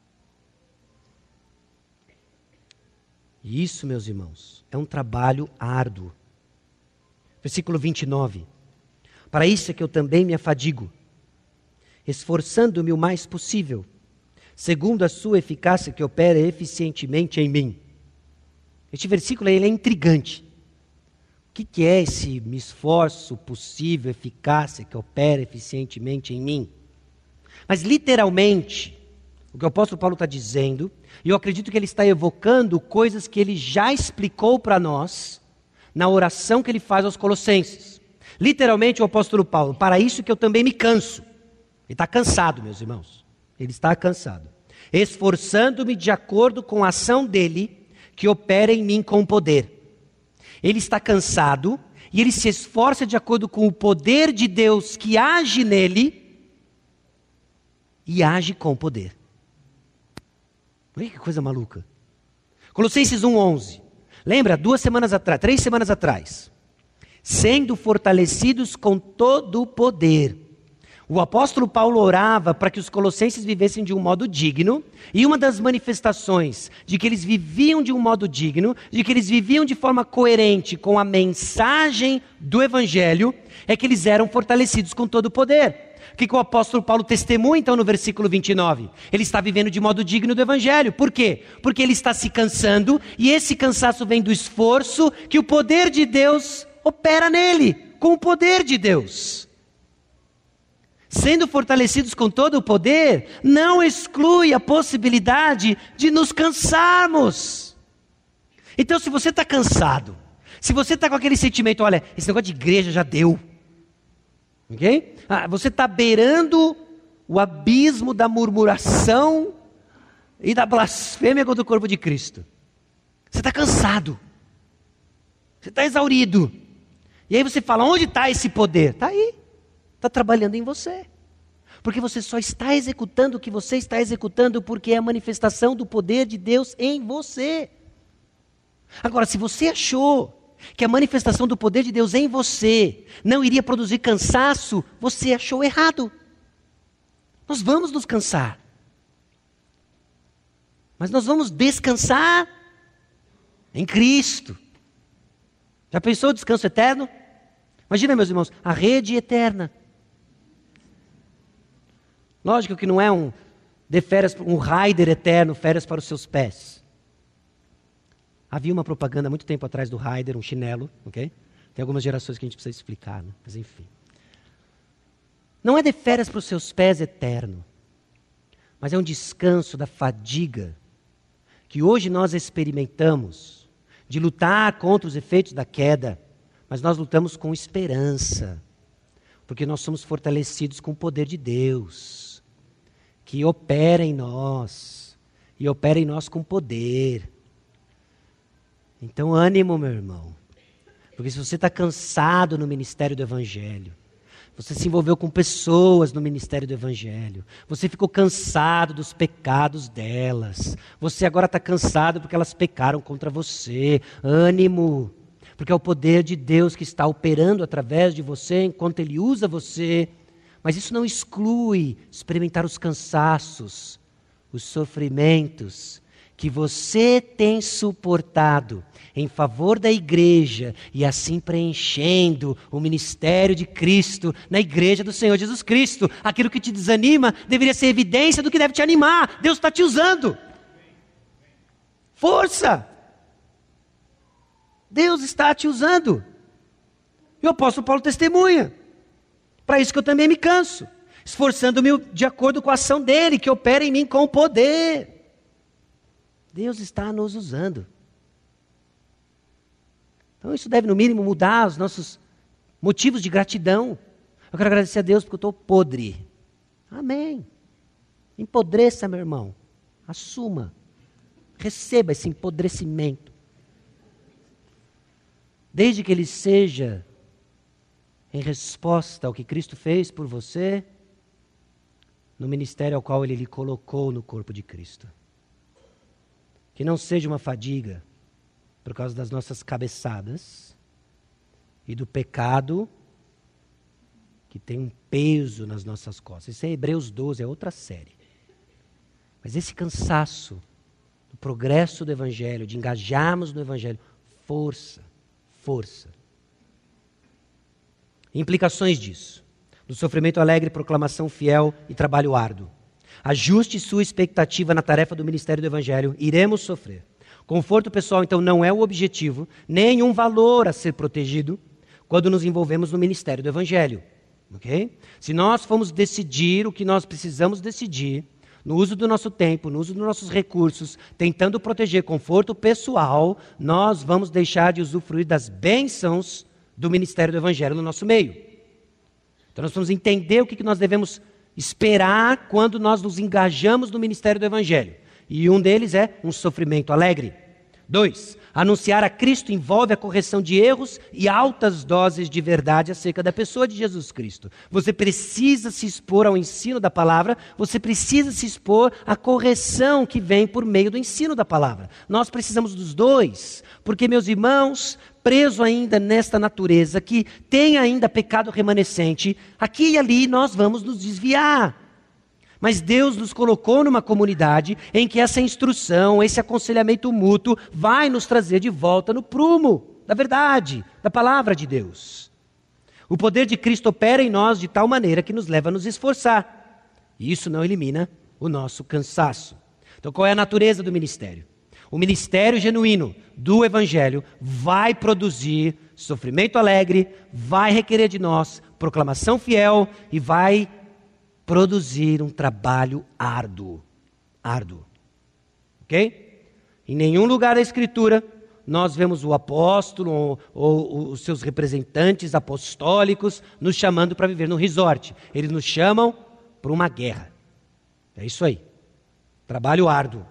E isso, meus irmãos, é um trabalho árduo. Versículo 29. Para isso é que eu também me afadigo, esforçando-me o mais possível, segundo a sua eficácia que opera eficientemente em mim. Este versículo ele é intrigante. O que é esse me esforço possível, eficácia que opera eficientemente em mim? Mas literalmente, o que o apóstolo Paulo está dizendo, e eu acredito que ele está evocando coisas que ele já explicou para nós na oração que ele faz aos Colossenses. Literalmente o apóstolo Paulo, para isso que eu também me canso. Ele está cansado, meus irmãos. Ele está cansado. Esforçando-me de acordo com a ação dele, que opera em mim com poder. Ele está cansado e ele se esforça de acordo com o poder de Deus que age nele e age com poder. Olha que coisa maluca. Colossenses 1:11. Lembra, 3 semanas atrás. Sendo fortalecidos com todo o poder, O apóstolo Paulo orava para que os colossenses vivessem de um modo digno, e uma das manifestações de que eles viviam de um modo digno, de que eles viviam de forma coerente com a mensagem do evangelho, é que eles eram fortalecidos com todo o poder. O que o apóstolo Paulo testemunha então no versículo 29? Ele está vivendo de modo digno do evangelho. Por quê? Porque ele está se cansando, e esse cansaço vem do esforço que o poder de Deus opera nele, com o poder de Deus. Sendo fortalecidos com todo o poder, não exclui a possibilidade de nos cansarmos. Então, se você está cansado, se você está com aquele sentimento, olha, esse negócio de igreja já deu, ok? Você está beirando o abismo da murmuração e da blasfêmia contra o corpo de Cristo. Você está cansado, você está exaurido, e aí você fala, onde está esse poder? Está aí. Está trabalhando em você, porque você só está executando o que você está executando porque é a manifestação do poder de Deus em você. Agora, se você achou que a manifestação do poder de Deus em você não iria produzir cansaço, você achou errado. Nós vamos nos cansar, mas nós vamos descansar em Cristo. Já pensou o descanso eterno? Imagina, meus irmãos, a rede eterna. Lógico que não é um rider eterno, férias para os seus pés. Havia uma propaganda há muito tempo atrás do rider, um chinelo, ok? Tem algumas gerações que a gente precisa explicar, né? Mas enfim. Não é de férias para os seus pés eterno, mas é um descanso da fadiga que hoje nós experimentamos, de lutar contra os efeitos da queda, mas nós lutamos com esperança, porque nós somos fortalecidos com o poder de Deus, que opera em nós, e opera em nós com poder. Então, ânimo, meu irmão, porque se você está cansado no ministério do Evangelho, você se envolveu com pessoas no ministério do Evangelho, você ficou cansado dos pecados delas, você agora está cansado porque elas pecaram contra você, ânimo, porque é o poder de Deus que está operando através de você, enquanto Ele usa você. Mas isso não exclui experimentar os cansaços, os sofrimentos que você tem suportado em favor da igreja e assim preenchendo o ministério de Cristo na igreja do Senhor Jesus Cristo. Aquilo que te desanima deveria ser evidência do que deve te animar. Deus está te usando. Força! Deus está te usando. E o apóstolo Paulo testemunha. Para isso que eu também me canso, esforçando-me de acordo com a ação dele, que opera em mim com poder. Deus está nos usando. Então isso deve no mínimo mudar os nossos motivos de gratidão. Eu quero agradecer a Deus porque eu estou podre. Amém. Empodreça, meu irmão. Assuma. Receba esse empodrecimento. Desde que ele seja em resposta ao que Cristo fez por você, no ministério ao qual Ele lhe colocou no corpo de Cristo. Que não seja uma fadiga por causa das nossas cabeçadas e do pecado que tem um peso nas nossas costas. Isso é Hebreus 12, é outra série. Mas esse cansaço do progresso do Evangelho, de engajarmos no Evangelho, força. Implicações disso: do sofrimento alegre, proclamação fiel e trabalho árduo. Ajuste sua expectativa na tarefa do ministério do Evangelho, iremos sofrer. Conforto pessoal, então, não é o objetivo, nem um valor a ser protegido quando nos envolvemos no ministério do Evangelho. Okay? Se nós formos decidir o que nós precisamos decidir, no uso do nosso tempo, no uso dos nossos recursos, tentando proteger conforto pessoal, nós vamos deixar de usufruir das bênçãos do ministério do Evangelho no nosso meio. Então nós vamos entender o que nós devemos esperar quando nós nos engajamos no ministério do Evangelho. E um deles é um sofrimento alegre. 2, anunciar a Cristo envolve a correção de erros e altas doses de verdade acerca da pessoa de Jesus Cristo. Você precisa se expor ao ensino da palavra, você precisa se expor à correção que vem por meio do ensino da palavra. Nós precisamos dos dois, porque, meus irmãos, preso ainda nesta natureza que tem ainda pecado remanescente, aqui e ali nós vamos nos desviar. Mas Deus nos colocou numa comunidade em que essa instrução, esse aconselhamento mútuo vai nos trazer de volta no prumo da verdade, da palavra de Deus. O poder de Cristo opera em nós de tal maneira que nos leva a nos esforçar. E isso não elimina o nosso cansaço. Então, qual é a natureza do ministério? O ministério genuíno do Evangelho vai produzir sofrimento alegre, vai requerer de nós proclamação fiel e vai produzir um trabalho árduo. Ok? Em nenhum lugar da Escritura nós vemos o apóstolo ou os seus representantes apostólicos nos chamando para viver no resort. Eles nos chamam para uma guerra. É isso aí. Trabalho árduo.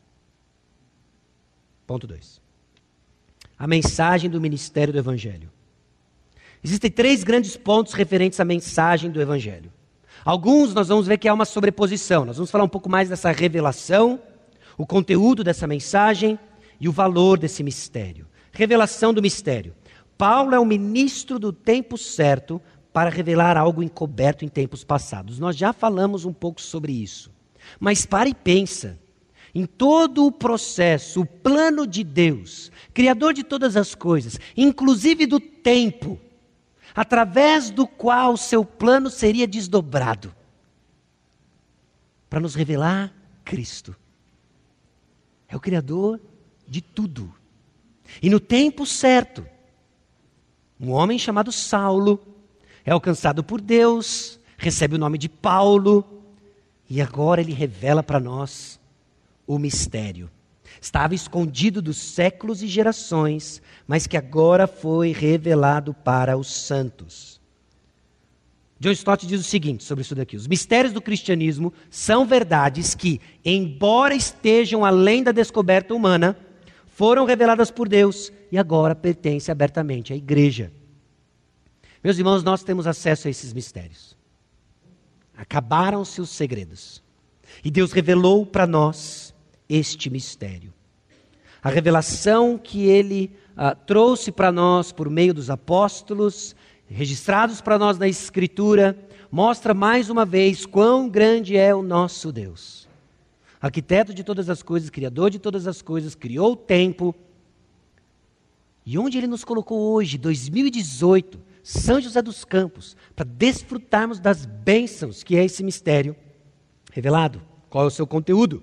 Ponto 2. A mensagem do ministério do Evangelho. Existem 3 grandes pontos referentes à mensagem do Evangelho. Alguns nós vamos ver que há uma sobreposição. Nós vamos falar um pouco mais dessa revelação, o conteúdo dessa mensagem e o valor desse mistério. Revelação do mistério. Paulo é o ministro do tempo certo para revelar algo encoberto em tempos passados. Nós já falamos um pouco sobre isso. Mas para e pensa. Em todo o processo, o plano de Deus, Criador de todas as coisas, inclusive do tempo, através do qual o seu plano seria desdobrado, para nos revelar Cristo. É o Criador de tudo. E no tempo certo, um homem chamado Saulo é alcançado por Deus, recebe o nome de Paulo, e agora ele revela para nós o mistério. Estava escondido dos séculos e gerações, mas que agora foi revelado para os santos. John Stott diz o seguinte sobre isso daqui: os mistérios do cristianismo são verdades que, embora estejam além da descoberta humana, foram reveladas por Deus e agora pertencem abertamente à igreja. Meus irmãos, nós temos acesso a esses mistérios. Acabaram-se os segredos. E Deus revelou para nós este mistério. A revelação que Ele trouxe para nós por meio dos apóstolos, registrados para nós na Escritura, mostra mais uma vez quão grande é o nosso Deus. Arquiteto de todas as coisas, Criador de todas as coisas, criou o tempo. E onde Ele nos colocou hoje, 2018, São José dos Campos, para desfrutarmos das bênçãos que é esse mistério revelado. Qual é o seu conteúdo?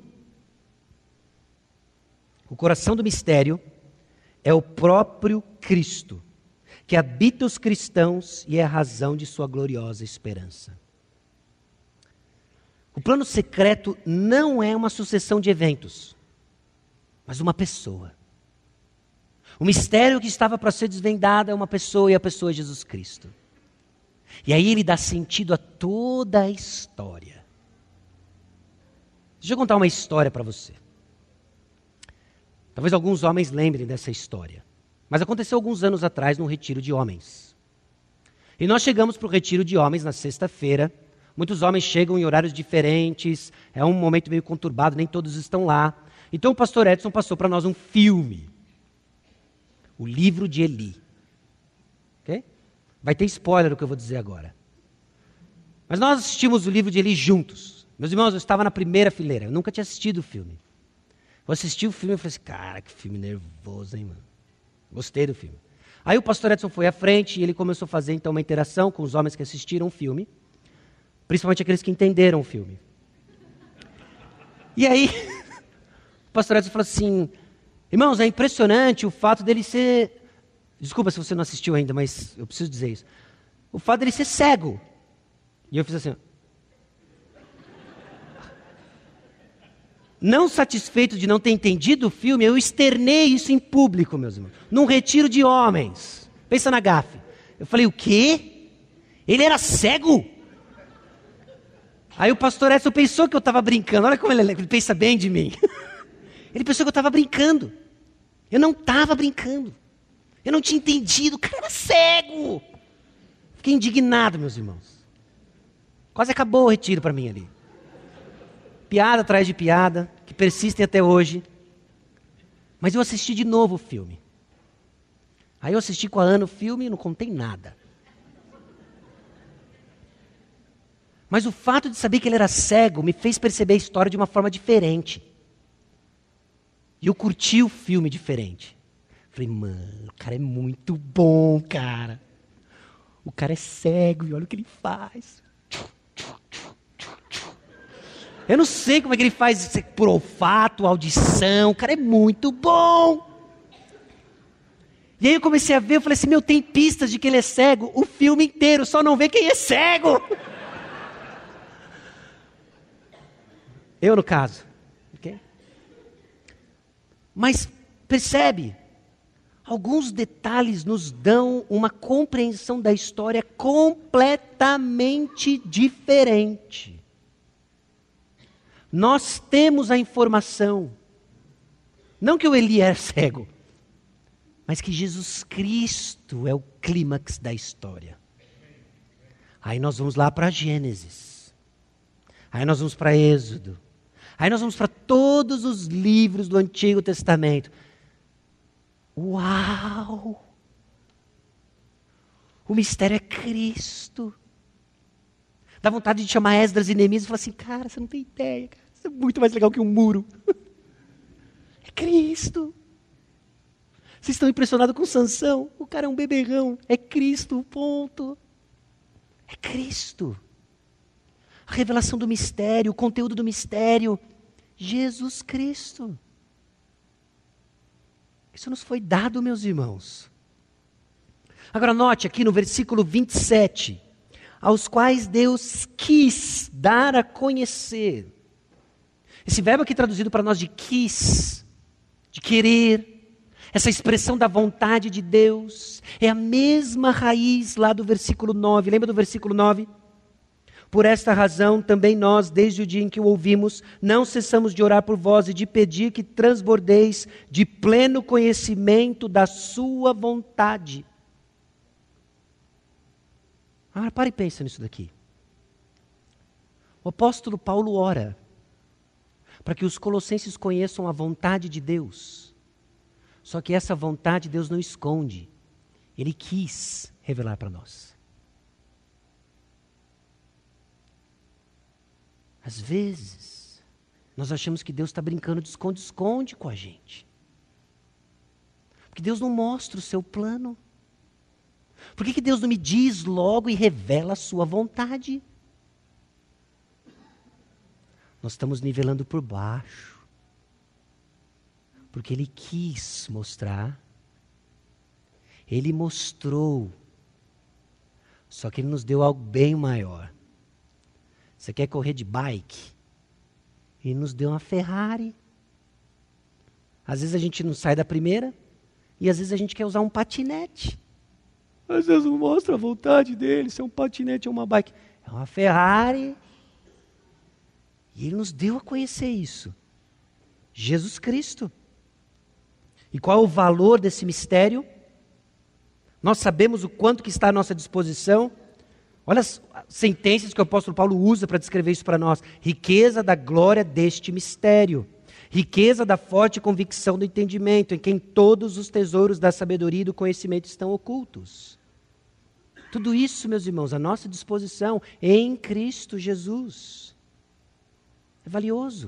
O coração do mistério é o próprio Cristo, que habita os cristãos e é a razão de sua gloriosa esperança. O plano secreto não é uma sucessão de eventos, mas uma pessoa. O mistério que estava para ser desvendado é uma pessoa, e a pessoa é Jesus Cristo. E aí ele dá sentido a toda a história. Deixa eu contar uma história para você. Talvez alguns homens lembrem dessa história. Mas aconteceu alguns anos atrás num retiro de homens. E nós chegamos para o retiro de homens na sexta-feira. Muitos homens chegam em horários diferentes. É um momento meio conturbado, nem todos estão lá. Então o pastor Edson passou para nós um filme. O livro de Eli. Okay? Vai ter spoiler do que eu vou dizer agora. Mas nós assistimos o livro de Eli juntos. Meus irmãos, eu estava na primeira fileira. Eu nunca tinha assistido o filme. Eu assisti o filme e falei assim, cara, que filme nervoso, hein, mano. Gostei do filme. Aí o pastor Edson foi à frente e ele começou a fazer então uma interação com os homens que assistiram o filme, principalmente aqueles que entenderam o filme. E aí, o pastor Edson falou assim, irmãos, é impressionante o fato dele ser... Desculpa se você não assistiu ainda, mas eu preciso dizer isso. O fato dele ser cego. E eu fiz assim... Não satisfeito de não ter entendido o filme, eu externei isso em público, meus irmãos. Num retiro de homens. Pensa na gafe. Eu falei, o quê? Ele era cego? Aí o pastor Edson pensou que eu estava brincando. Olha como ele pensa bem de mim. Ele pensou que eu estava brincando. Eu não estava brincando. Eu não tinha entendido. O cara era cego. Fiquei indignado, meus irmãos. Quase acabou o retiro para mim ali. Piada atrás de piada, que persistem até hoje. Mas eu assisti de novo o filme. Aí eu assisti com a Ana o filme e não contei nada. Mas o fato de saber que ele era cego me fez perceber a história de uma forma diferente. E eu curti o filme diferente. Falei, mano, o cara é muito bom, cara. O cara é cego e olha o que ele faz. Eu não sei como é que ele faz isso por olfato, audição. O cara é muito bom. E aí eu comecei a ver, eu falei assim, tem pistas de que ele é cego o filme inteiro, só não vê quem é cego. Eu, no caso. Okay? Mas, percebe? Alguns detalhes nos dão uma compreensão da história completamente diferente. Nós temos a informação, não que o Eli era cego, mas que Jesus Cristo é o clímax da história. Aí nós vamos lá para Gênesis. Aí nós vamos para Êxodo. Aí nós vamos para todos os livros do Antigo Testamento. Uau! O mistério é Cristo. Dá vontade de chamar Esdras e Neemias e falar assim, cara, você não tem ideia, cara. Isso é muito mais legal que um muro. É Cristo. Vocês estão impressionados com Sansão? O cara é um beberrão. É Cristo, ponto. É Cristo. A revelação do mistério, o conteúdo do mistério. Jesus Cristo. Isso nos foi dado, meus irmãos. Agora note aqui no versículo 27, aos quais Deus quis dar a conhecer. Esse verbo aqui traduzido para nós de quis, de querer, essa expressão da vontade de Deus, é a mesma raiz lá do versículo 9. Lembra do versículo 9? Por esta razão, também nós, desde o dia em que o ouvimos, não cessamos de orar por vós e de pedir que transbordeis de pleno conhecimento da sua vontade. Para e pensa nisso daqui. O apóstolo Paulo ora para que os colossenses conheçam a vontade de Deus. Só que essa vontade Deus não esconde. Ele quis revelar para nós. Às vezes, nós achamos que Deus está brincando de esconde-esconde com a gente. Porque Deus não mostra o seu plano. Por que Deus não me diz logo e revela a sua vontade? Nós estamos nivelando por baixo. Porque Ele quis mostrar. Ele mostrou. Só que Ele nos deu algo bem maior. Você quer correr de bike? Ele nos deu uma Ferrari. Às vezes a gente não sai da primeira. E às vezes a gente quer usar um patinete. Às vezes não mostra a vontade dele. Se é um patinete ou uma bike. É uma Ferrari. E Ele nos deu a conhecer isso. Jesus Cristo. E qual é o valor desse mistério? Nós sabemos o quanto que está à nossa disposição. Olha as sentenças que o apóstolo Paulo usa para descrever isso para nós. Riqueza da glória deste mistério. Riqueza da forte convicção do entendimento, em quem todos os tesouros da sabedoria e do conhecimento estão ocultos. Tudo isso, meus irmãos, à nossa disposição em Cristo Jesus. É valioso.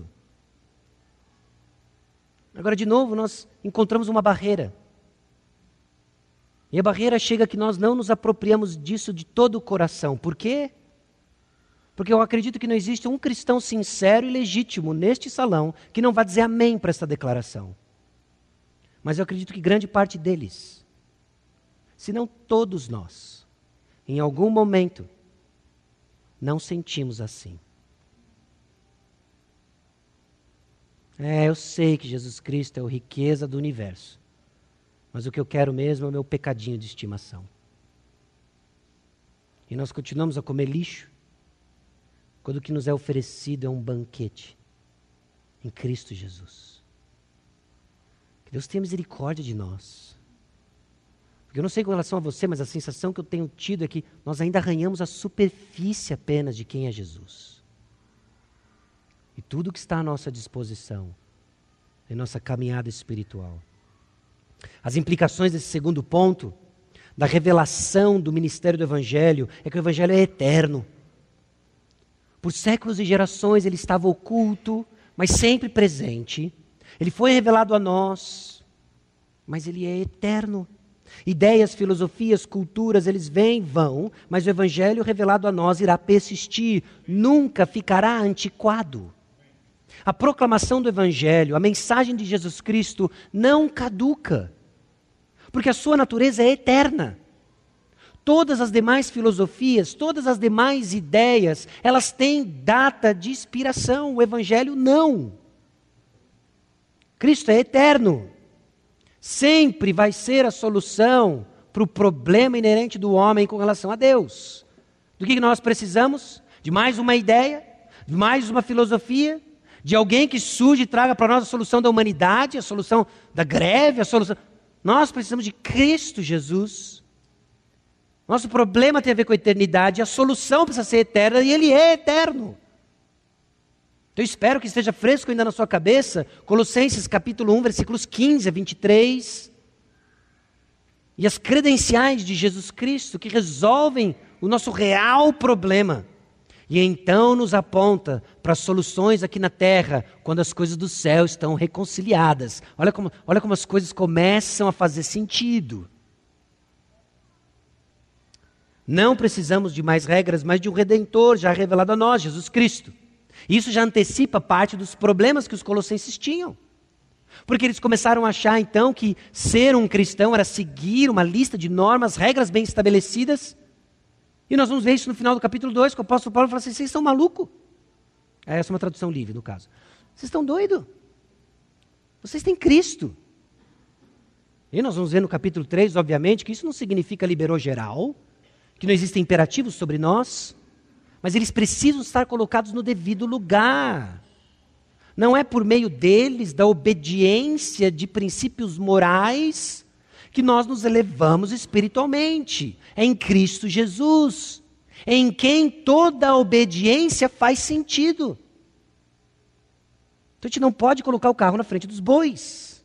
Agora, de novo, nós encontramos uma barreira. E a barreira chega que nós não nos apropriamos disso de todo o coração. Por quê? Porque eu acredito que não existe um cristão sincero e legítimo neste salão que não vá dizer amém para esta declaração. Mas eu acredito que grande parte deles, se não todos nós, em algum momento, não sentimos assim. Eu sei que Jesus Cristo é a riqueza do universo. Mas o que eu quero mesmo é o meu pecadinho de estimação. E nós continuamos a comer lixo, quando o que nos é oferecido é um banquete em Cristo Jesus. Que Deus tenha misericórdia de nós. Porque eu não sei com relação a você, mas a sensação que eu tenho tido é que nós ainda arranhamos a superfície apenas de quem é Jesus. E tudo que está à nossa disposição, em nossa caminhada espiritual. As implicações desse segundo ponto, da revelação do ministério do Evangelho, é que o Evangelho é eterno. Por séculos e gerações ele estava oculto, mas sempre presente. Ele foi revelado a nós, mas ele é eterno. Ideias, filosofias, culturas, eles vêm e vão, mas o Evangelho revelado a nós irá persistir, nunca ficará antiquado. A proclamação do Evangelho, a mensagem de Jesus Cristo não caduca, porque a sua natureza é eterna. Todas as demais filosofias, todas as demais ideias, elas têm data de expiração, o Evangelho não. Cristo é eterno. Sempre vai ser a solução para o problema inerente do homem com relação a Deus. Do que nós precisamos? De mais uma ideia? De mais uma filosofia? De alguém que surge e traga para nós a solução da humanidade, a solução da greve, a solução... Nós precisamos de Cristo Jesus. Nosso problema tem a ver com a eternidade, a solução precisa ser eterna e Ele é eterno. Então eu espero que esteja fresco ainda na sua cabeça, Colossenses capítulo 1, versículos 15 a 23. E as credenciais de Jesus Cristo que resolvem o nosso real problema. E então nos aponta para soluções aqui na terra, quando as coisas do céu estão reconciliadas. Olha como as coisas começam a fazer sentido. Não precisamos de mais regras, mas de um Redentor já revelado a nós, Jesus Cristo. Isso já antecipa parte dos problemas que os colossenses tinham. Porque eles começaram a achar então que ser um cristão era seguir uma lista de normas, regras bem estabelecidas. E nós vamos ver isso no final do capítulo 2, que o apóstolo Paulo fala assim, vocês estão malucos? Essa é uma tradução livre, no caso. Vocês estão doidos? Vocês têm Cristo. E nós vamos ver no capítulo 3, obviamente, que isso não significa liberou geral, que não existem imperativos sobre nós, mas eles precisam estar colocados no devido lugar. Não é por meio deles, da obediência de princípios morais, que nós nos elevamos espiritualmente. É em Cristo Jesus, em quem toda a obediência faz sentido. Então a gente não pode colocar o carro na frente dos bois.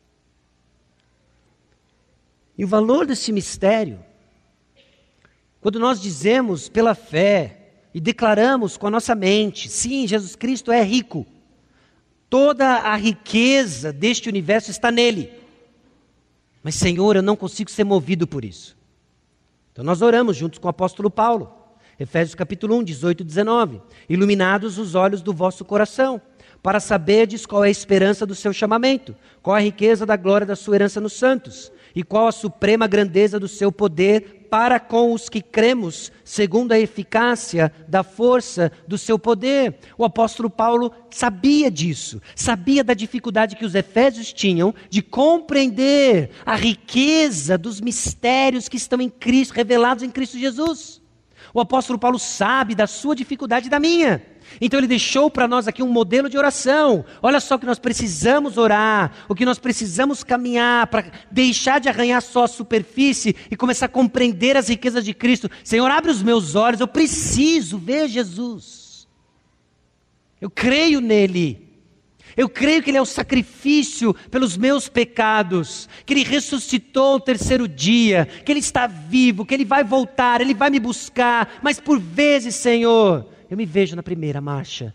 E o valor desse mistério, quando nós dizemos pela fé e declaramos com a nossa mente, sim, Jesus Cristo é rico, toda a riqueza deste universo está nele. Mas, Senhor, eu não consigo ser movido por isso. Então nós oramos juntos com o apóstolo Paulo. Efésios capítulo 1, 18 e 19. Iluminados os olhos do vosso coração, para saberdes qual é a esperança do seu chamamento, qual a riqueza da glória da sua herança nos santos, e qual a suprema grandeza do seu poder para com os que cremos, segundo a eficácia da força do seu poder. O apóstolo Paulo sabia disso, sabia da dificuldade que os efésios tinham de compreender a riqueza dos mistérios que estão em Cristo, revelados em Cristo Jesus. O apóstolo Paulo sabe da sua dificuldade e da minha. Então ele deixou para nós aqui um modelo de oração. Olha só o que nós precisamos orar, o que nós precisamos caminhar para deixar de arranhar só a superfície e começar a compreender as riquezas de Cristo. Senhor, abre os meus olhos, eu preciso ver Jesus. Eu creio nele. Eu creio que Ele é o sacrifício pelos meus pecados, que Ele ressuscitou no terceiro dia, que Ele está vivo, que Ele vai voltar, Ele vai me buscar, mas por vezes, Senhor, eu me vejo na primeira marcha.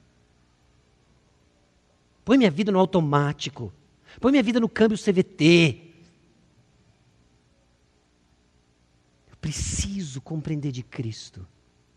Põe minha vida no automático, põe minha vida no câmbio CVT. Eu preciso compreender de Cristo.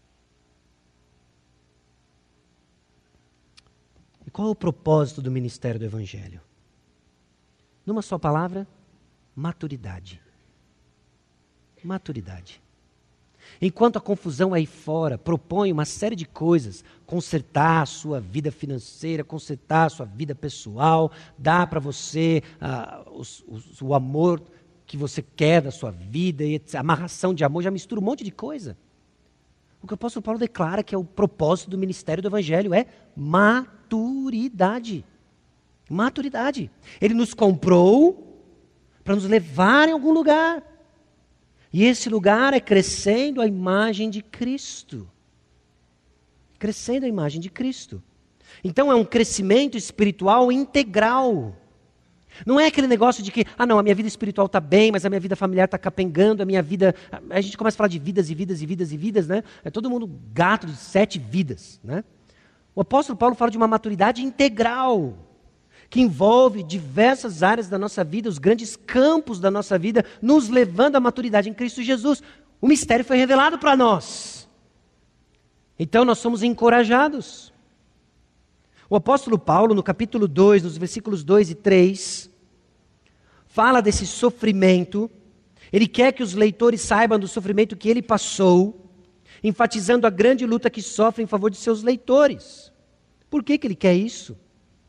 E qual é o propósito do ministério do Evangelho? Numa só palavra, maturidade. Maturidade. Enquanto a confusão aí fora propõe uma série de coisas, consertar a sua vida financeira, consertar a sua vida pessoal, dar para você o amor que você quer da sua vida, e amarração de amor, já mistura um monte de coisa. O que o apóstolo Paulo declara que é o propósito do ministério do Evangelho é maturidade. Maturidade. Ele nos comprou para nos levar em algum lugar. E esse lugar é crescendo a imagem de Cristo. Crescendo a imagem de Cristo. Então é um crescimento espiritual integral. Não é aquele negócio de que, não, a minha vida espiritual está bem, mas a minha vida familiar está capengando, a minha vida... A gente começa a falar de vidas e vidas e vidas e vidas, né? É todo mundo gato de 7 vidas, né? O apóstolo Paulo fala de uma maturidade integral, que envolve diversas áreas da nossa vida, os grandes campos da nossa vida, nos levando à maturidade em Cristo Jesus. O mistério foi revelado para nós. Então nós somos encorajados. O apóstolo Paulo, no capítulo 2, nos versículos 2 e 3, fala desse sofrimento. Ele quer que os leitores saibam do sofrimento que ele passou, enfatizando a grande luta que sofre em favor de seus leitores. Por que ele quer isso?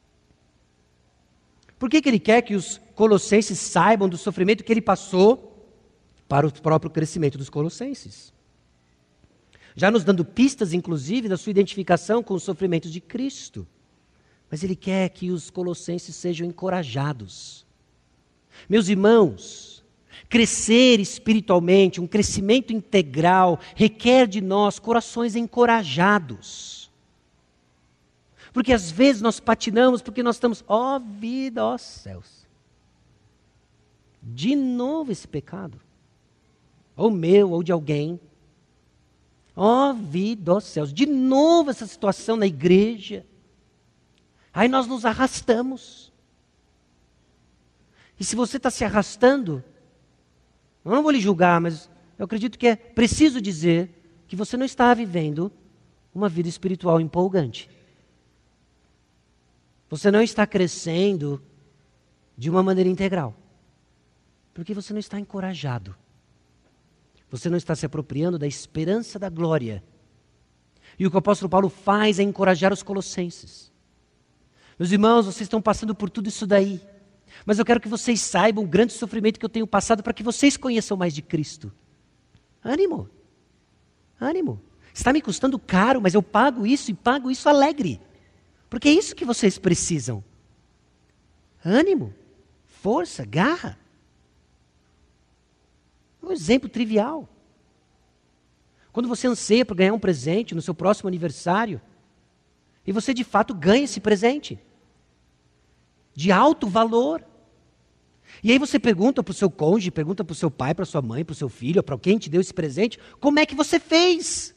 Por que ele quer que os colossenses saibam do sofrimento que ele passou para o próprio crescimento dos colossenses? Já nos dando pistas, inclusive, da sua identificação com os sofrimentos de Cristo. Mas ele quer que os colossenses sejam encorajados. Meus irmãos, crescer espiritualmente, um crescimento integral, requer de nós corações encorajados. Porque às vezes nós patinamos porque nós estamos, vida, céus. De novo esse pecado. Ou meu, ou de alguém. Vida, céus. De novo essa situação na igreja. Aí nós nos arrastamos. E se você está se arrastando, eu não vou lhe julgar, mas eu acredito que é preciso dizer que você não está vivendo uma vida espiritual empolgante. Você não está crescendo de uma maneira integral. Porque você não está encorajado. Você não está se apropriando da esperança da glória. E o que o apóstolo Paulo faz é encorajar os colossenses. Meus irmãos, vocês estão passando por tudo isso daí. Mas eu quero que vocês saibam o grande sofrimento que eu tenho passado para que vocês conheçam mais de Cristo. Ânimo. Ânimo. Está me custando caro, mas eu pago isso e pago isso alegre. Porque é isso que vocês precisam. Ânimo, força, garra. Um exemplo trivial. Quando você anseia por ganhar um presente no seu próximo aniversário, e você de fato ganha esse presente, de alto valor. E aí você pergunta para o seu cônjuge, pergunta para o seu pai, para a sua mãe, para o seu filho, para quem te deu esse presente, como é que você fez?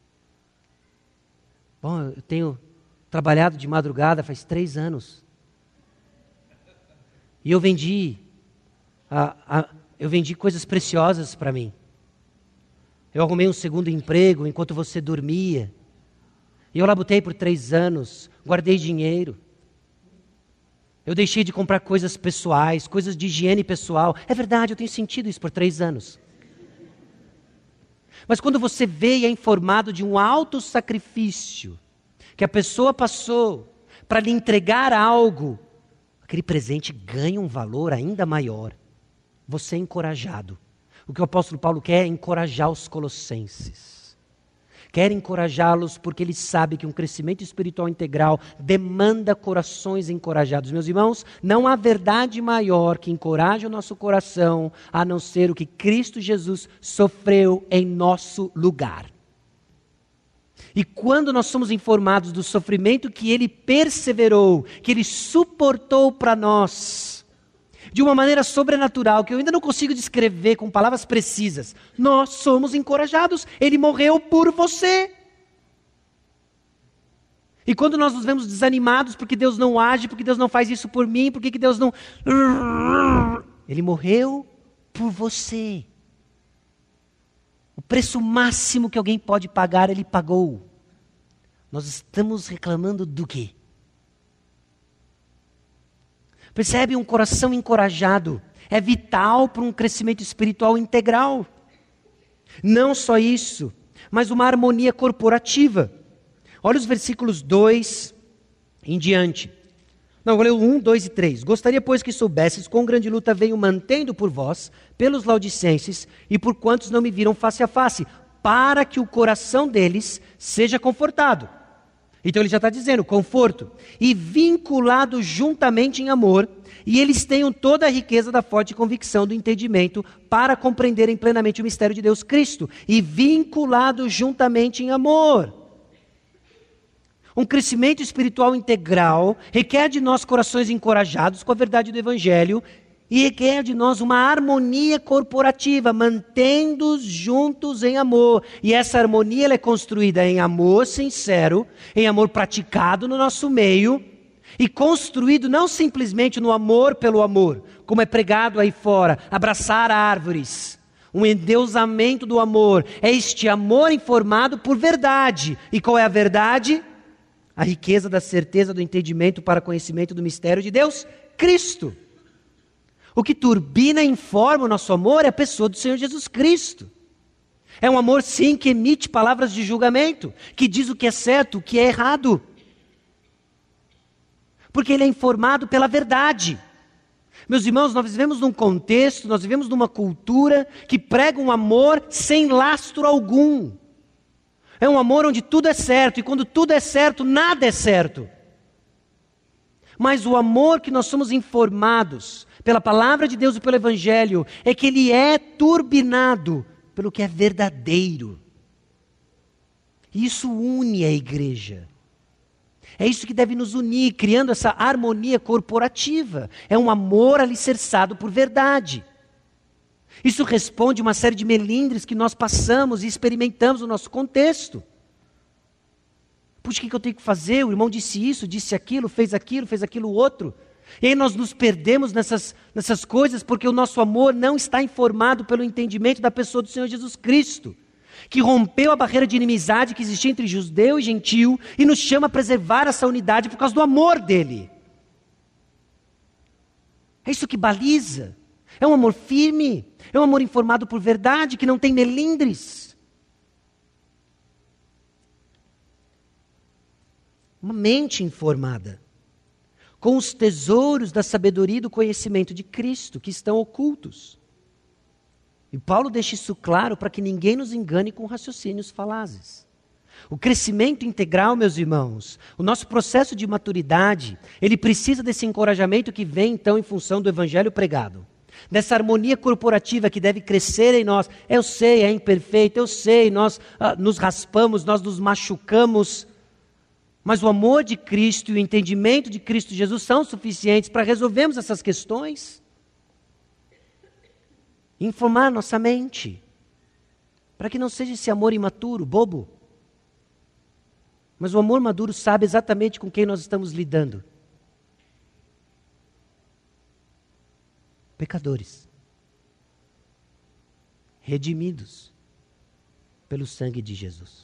Bom, eu tenho trabalhado de madrugada faz 3 anos. E eu vendi coisas preciosas para mim. Eu arrumei um segundo emprego enquanto você dormia. E eu labutei por 3 anos, guardei dinheiro. Eu deixei de comprar coisas pessoais, coisas de higiene pessoal. É verdade, eu tenho sentido isso por 3 anos. Mas quando você vê e é informado de um alto sacrifício que a pessoa passou para lhe entregar algo, aquele presente ganha um valor ainda maior. Você é encorajado. O que o apóstolo Paulo quer é encorajar os colossenses. Quer encorajá-los porque ele sabe que um crescimento espiritual integral demanda corações encorajados. Meus irmãos, não há verdade maior que encoraje o nosso coração a não ser o que Cristo Jesus sofreu em nosso lugar. E quando nós somos informados do sofrimento que ele perseverou, que ele suportou para nós, de uma maneira sobrenatural, que eu ainda não consigo descrever com palavras precisas, nós somos encorajados. Ele morreu por você. E quando nós nos vemos desanimados porque Deus não age, porque Deus não faz isso por mim, porque que Deus não... Ele morreu por você. O preço máximo que alguém pode pagar, ele pagou. Nós estamos reclamando do quê? Percebe? Um coração encorajado é vital para um crescimento espiritual integral. Não só isso, mas uma harmonia corporativa. Olha os versículos 2 em diante. Não, vou ler o 1, 2 e 3. Gostaria, pois, que soubesses quão grande luta venho mantendo por vós, pelos laodicenses, e por quantos não me viram face a face, para que o coração deles seja confortado. Então ele já está dizendo, conforto. E vinculado juntamente em amor, e eles tenham toda a riqueza da forte convicção do entendimento para compreenderem plenamente o mistério de Deus Cristo. E vinculado juntamente em amor. Um crescimento espiritual integral requer de nós corações encorajados com a verdade do Evangelho e requer de nós uma harmonia corporativa, mantendo-os juntos em amor. E essa harmonia ela é construída em amor sincero, em amor praticado no nosso meio e construído não simplesmente no amor pelo amor, como é pregado aí fora, abraçar árvores. Um endeusamento do amor. É este amor informado por verdade. E qual é a verdade? A riqueza da certeza do entendimento para conhecimento do mistério de Deus, Cristo. O que turbina e informa o nosso amor é a pessoa do Senhor Jesus Cristo. É um amor, sim, que emite palavras de julgamento, que diz o que é certo, o que é errado. Porque ele é informado pela verdade. Meus irmãos, nós vivemos num contexto, nós vivemos numa cultura que prega um amor sem lastro algum. É um amor onde tudo é certo, e quando tudo é certo, nada é certo. Mas o amor que nós somos informados pela palavra de Deus e pelo Evangelho é que ele é turbinado pelo que é verdadeiro. E isso une a igreja. É isso que deve nos unir, criando essa harmonia corporativa. É um amor alicerçado por verdade. Isso responde a uma série de melindres que nós passamos e experimentamos no nosso contexto. Puxa, o que eu tenho que fazer? O irmão disse isso, disse aquilo, fez aquilo outro. E aí nós nos perdemos nessas coisas porque o nosso amor não está informado pelo entendimento da pessoa do Senhor Jesus Cristo, que rompeu a barreira de inimizade que existia entre judeu e gentil e nos chama a preservar essa unidade por causa do amor dele. É isso que baliza. É um amor firme, é um amor informado por verdade, que não tem melindres. Uma mente informada, com os tesouros da sabedoria e do conhecimento de Cristo, que estão ocultos. E Paulo deixa isso claro para que ninguém nos engane com raciocínios falazes. O crescimento integral, meus irmãos, o nosso processo de maturidade, ele precisa desse encorajamento que vem então em função do evangelho pregado. Dessa harmonia corporativa que deve crescer em nós. Eu sei, é imperfeito, eu sei, nós nos raspamos, nós nos machucamos. Mas o amor de Cristo e o entendimento de Cristo Jesus são suficientes para resolvermos essas questões. Informar nossa mente. Para que não seja esse amor imaturo, bobo. Mas o amor maduro sabe exatamente com quem nós estamos lidando. Pecadores, redimidos pelo sangue de Jesus.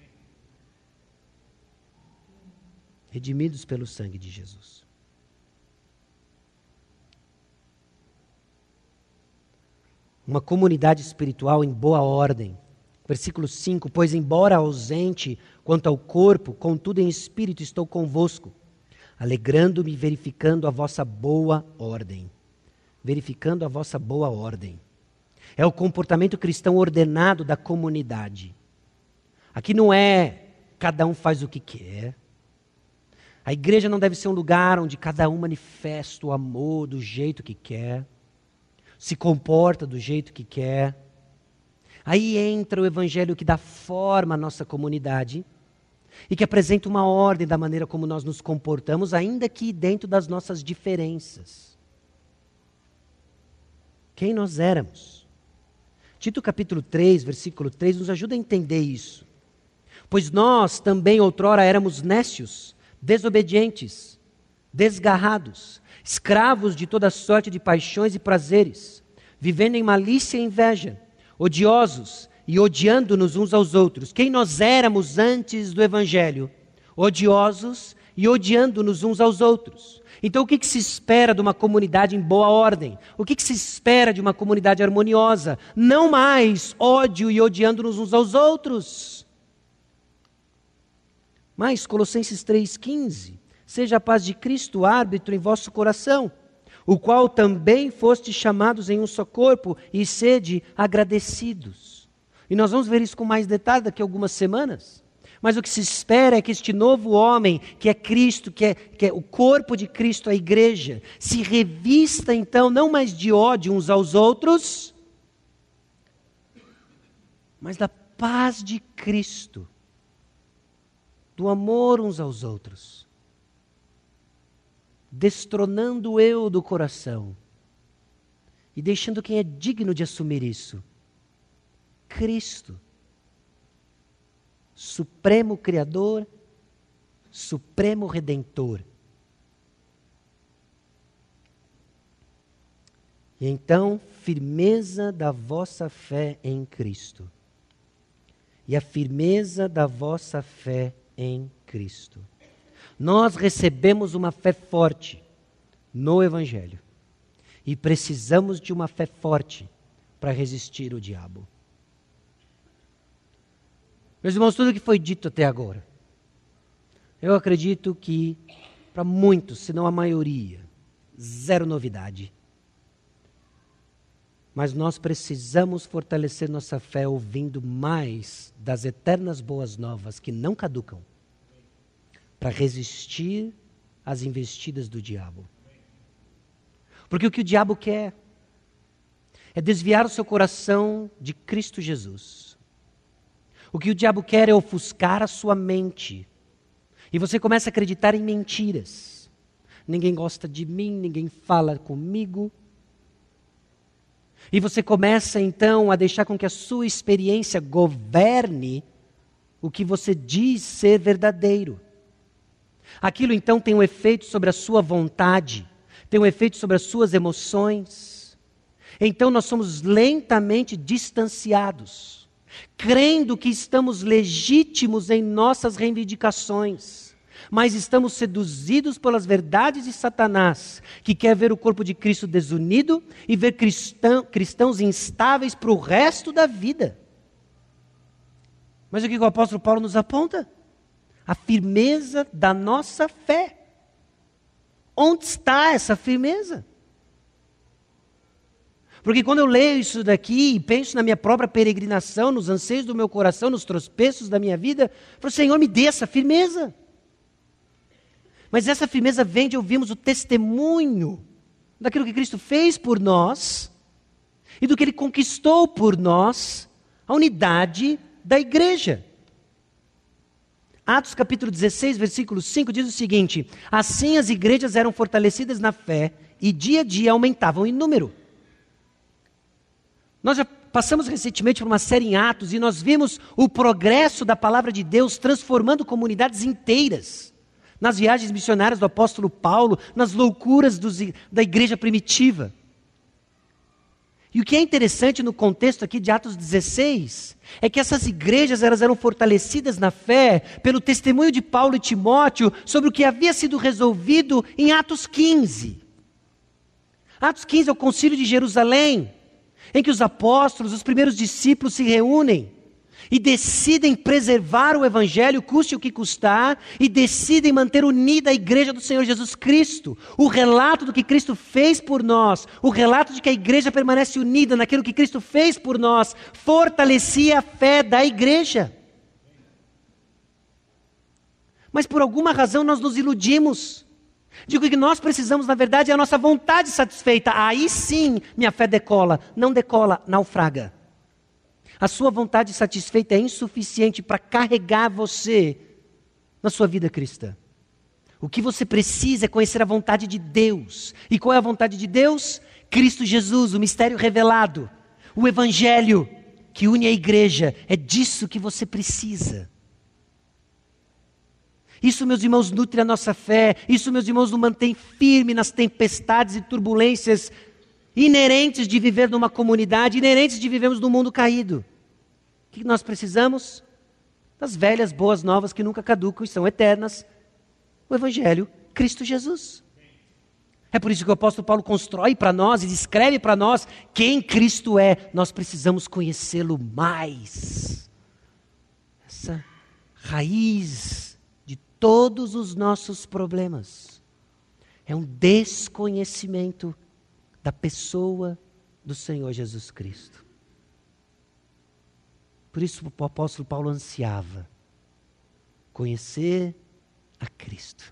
Redimidos pelo sangue de Jesus. Uma comunidade espiritual em boa ordem. Versículo 5, pois embora ausente quanto ao corpo, contudo em espírito estou convosco, alegrando-me e verificando a vossa boa ordem. Verificando a vossa boa ordem. É o comportamento cristão ordenado da comunidade. Aqui não é cada um faz o que quer. A igreja não deve ser um lugar onde cada um manifesta o amor do jeito que quer, se comporta do jeito que quer. Aí entra o evangelho que dá forma à nossa comunidade e que apresenta uma ordem da maneira como nós nos comportamos, ainda que dentro das nossas diferenças. Quem nós éramos. Tito capítulo 3, versículo 3, nos ajuda a entender isso. Pois nós também outrora éramos nécios, desobedientes, desgarrados, escravos de toda sorte de paixões e prazeres, vivendo em malícia e inveja, odiosos e odiando-nos uns aos outros. Quem nós éramos antes do Evangelho? Odiosos e odiando-nos uns aos outros. Então o que se espera de uma comunidade em boa ordem? O que se espera de uma comunidade harmoniosa? Não mais ódio e odiando-nos uns aos outros. Mas Colossenses 3,15, seja a paz de Cristo árbitro em vosso coração, o qual também fostes chamados em um só corpo, e sede agradecidos. E nós vamos ver isso com mais detalhe daqui a algumas semanas. Mas o que se espera é que este novo homem, que é Cristo, que é o corpo de Cristo, a igreja, se revista então não mais de ódio uns aos outros, mas da paz de Cristo, do amor uns aos outros, destronando o eu do coração e deixando quem é digno de assumir isso, Cristo, Supremo Criador, Supremo Redentor. E então, firmeza da vossa fé em Cristo. E a firmeza da vossa fé em Cristo. Nós recebemos uma fé forte no Evangelho. E precisamos de uma fé forte para resistir o diabo. Meus irmãos, tudo o que foi dito até agora, eu acredito que, para muitos, se não a maioria, zero novidade. Mas nós precisamos fortalecer nossa fé ouvindo mais das eternas boas novas que não caducam, para resistir às investidas do diabo. Porque o que o diabo quer é desviar o seu coração de Cristo Jesus. O que o diabo quer é ofuscar a sua mente. E você começa a acreditar em mentiras. Ninguém gosta de mim, ninguém fala comigo. E você começa então a deixar com que a sua experiência governe o que você diz ser verdadeiro. Aquilo então tem um efeito sobre a sua vontade, tem um efeito sobre as suas emoções. Então nós somos lentamente distanciados, crendo que estamos legítimos em nossas reivindicações, mas estamos seduzidos pelas verdades de Satanás, que quer ver o corpo de Cristo desunido e ver cristãos instáveis para o resto da vida. Mas o que o apóstolo Paulo nos aponta? A firmeza da nossa fé. Onde está essa firmeza? Porque quando eu leio isso daqui e penso na minha própria peregrinação, nos anseios do meu coração, nos tropeços da minha vida, eu falo, Senhor, me dê essa firmeza. Mas essa firmeza vem de ouvirmos o testemunho daquilo que Cristo fez por nós e do que Ele conquistou por nós, a unidade da igreja. Atos capítulo 16, versículo 5 diz o seguinte: assim as igrejas eram fortalecidas na fé e dia a dia aumentavam em número. Nós já passamos recentemente por uma série em Atos e nós vimos o progresso da palavra de Deus transformando comunidades inteiras. Nas viagens missionárias do apóstolo Paulo, nas loucuras da igreja primitiva. E o que é interessante no contexto aqui de Atos 16, é que essas igrejas elas eram fortalecidas na fé pelo testemunho de Paulo e Timóteo sobre o que havia sido resolvido em Atos 15. Atos 15 é o concílio de Jerusalém, em que os apóstolos, os primeiros discípulos se reúnem e decidem preservar o Evangelho, custe o que custar, e decidem manter unida a igreja do Senhor Jesus Cristo. O relato do que Cristo fez por nós, o relato de que a igreja permanece unida naquilo que Cristo fez por nós, fortalecia a fé da igreja. Mas por alguma razão nós nos iludimos. Digo que nós precisamos, na verdade, é a nossa vontade satisfeita. Aí sim minha fé decola. Não decola, naufraga. A sua vontade satisfeita é insuficiente para carregar você na sua vida cristã. O que você precisa é conhecer a vontade de Deus. E qual é a vontade de Deus? Cristo Jesus, o mistério revelado. O Evangelho que une a igreja. É disso que você precisa. Isso, meus irmãos, nutre a nossa fé. Isso, meus irmãos, nos mantém firme nas tempestades e turbulências inerentes de viver numa comunidade, inerentes de vivermos num mundo caído. O que nós precisamos? Das velhas boas novas que nunca caducam e são eternas. O Evangelho, Cristo Jesus. É por isso que o apóstolo Paulo constrói para nós e descreve para nós quem Cristo é. Nós precisamos conhecê-lo mais. Essa raiz de todos os nossos problemas é um desconhecimento da pessoa do Senhor Jesus Cristo. Por isso o apóstolo Paulo ansiava Conhecer a Cristo.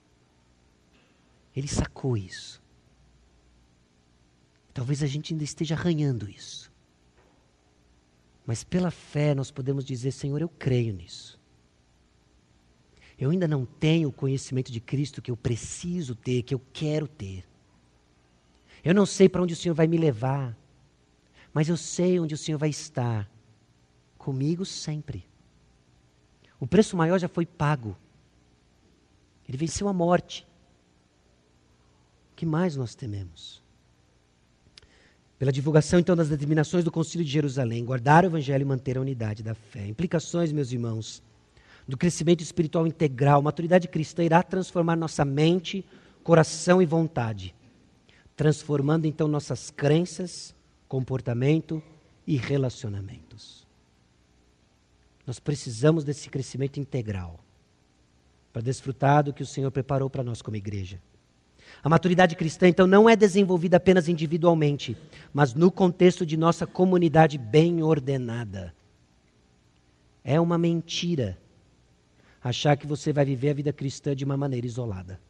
Ele sacou isso. Talvez a gente ainda esteja arranhando isso. Mas pela fé nós podemos dizer, Senhor, eu creio nisso. Eu ainda não tenho o conhecimento de Cristo que eu preciso ter, que eu quero ter. Eu não sei para onde o Senhor vai me levar, mas eu sei onde o Senhor vai estar, comigo sempre. O preço maior já foi pago. Ele venceu a morte. O que mais nós tememos? Pela divulgação, então, das determinações do Concílio de Jerusalém, guardar o Evangelho e manter a unidade da fé. Implicações, meus irmãos, do crescimento espiritual integral. Maturidade cristã irá transformar nossa mente, coração e vontade, transformando, então, nossas crenças, comportamento e relacionamentos. Nós precisamos desse crescimento integral para desfrutar do que o Senhor preparou para nós como igreja. A maturidade cristã, então, não é desenvolvida apenas individualmente, mas no contexto de nossa comunidade bem ordenada. É uma mentira achar que você vai viver a vida cristã de uma maneira isolada.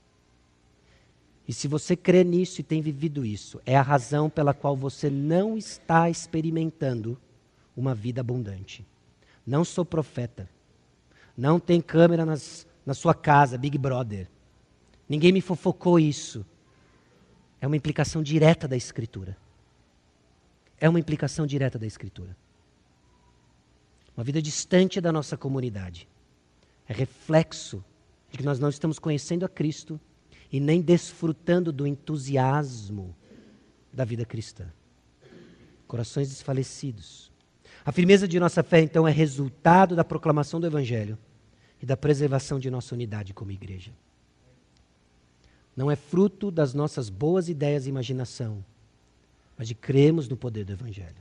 E se você crê nisso e tem vivido isso, é a razão pela qual você não está experimentando uma vida abundante. Não sou profeta. Não tem câmera na sua casa, Big Brother. Ninguém me fofocou isso. É uma implicação direta da Escritura. É uma implicação direta da Escritura. Uma vida distante da nossa comunidade. É reflexo de que nós não estamos conhecendo a Cristo e nem desfrutando do entusiasmo da vida cristã. Corações desfalecidos. A firmeza de nossa fé, então, é resultado da proclamação do Evangelho e da preservação de nossa unidade como igreja. Não é fruto das nossas boas ideias e imaginação, mas de crermos no poder do Evangelho.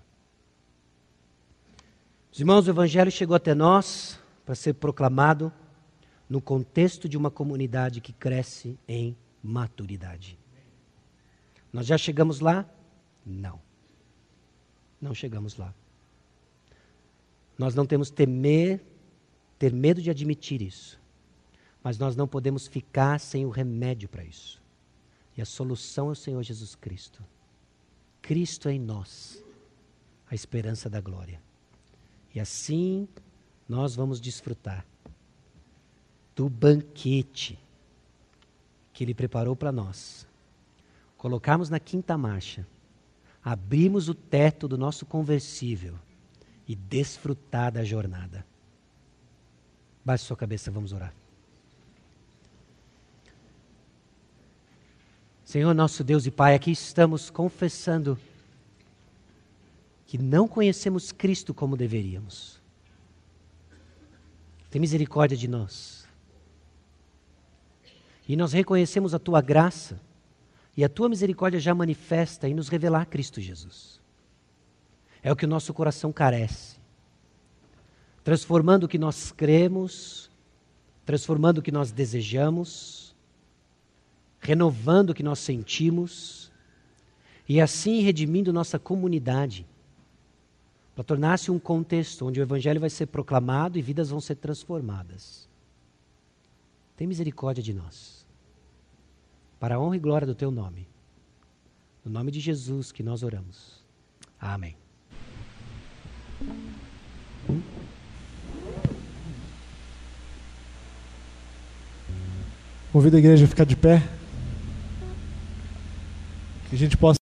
Os irmãos, o Evangelho chegou até nós para ser proclamado no contexto de uma comunidade que cresce em maturidade. Nós já chegamos lá? Não. Não chegamos lá. Nós não temos ter medo de admitir isso. Mas nós não podemos ficar sem o remédio para isso. E a solução é o Senhor Jesus Cristo. Cristo é em nós, a esperança da glória. E assim nós vamos desfrutar do banquete que Ele preparou para nós. Colocarmos na quinta marcha, abrimos o teto do nosso conversível e desfrutar da jornada. Baixe sua cabeça, vamos orar. Senhor nosso Deus e Pai, aqui estamos confessando que não conhecemos Cristo como deveríamos. Tem misericórdia de nós. E nós reconhecemos a Tua graça e a Tua misericórdia já manifesta em nos revelar Cristo Jesus. É o que o nosso coração carece. Transformando o que nós cremos, transformando o que nós desejamos, renovando o que nós sentimos e assim redimindo nossa comunidade para tornar-se um contexto onde o Evangelho vai ser proclamado e vidas vão ser transformadas. Tem misericórdia de nós. Para a honra e glória do Teu nome. No nome de Jesus que nós oramos. Amém. Convido a igreja a ficar de pé. Que a gente possa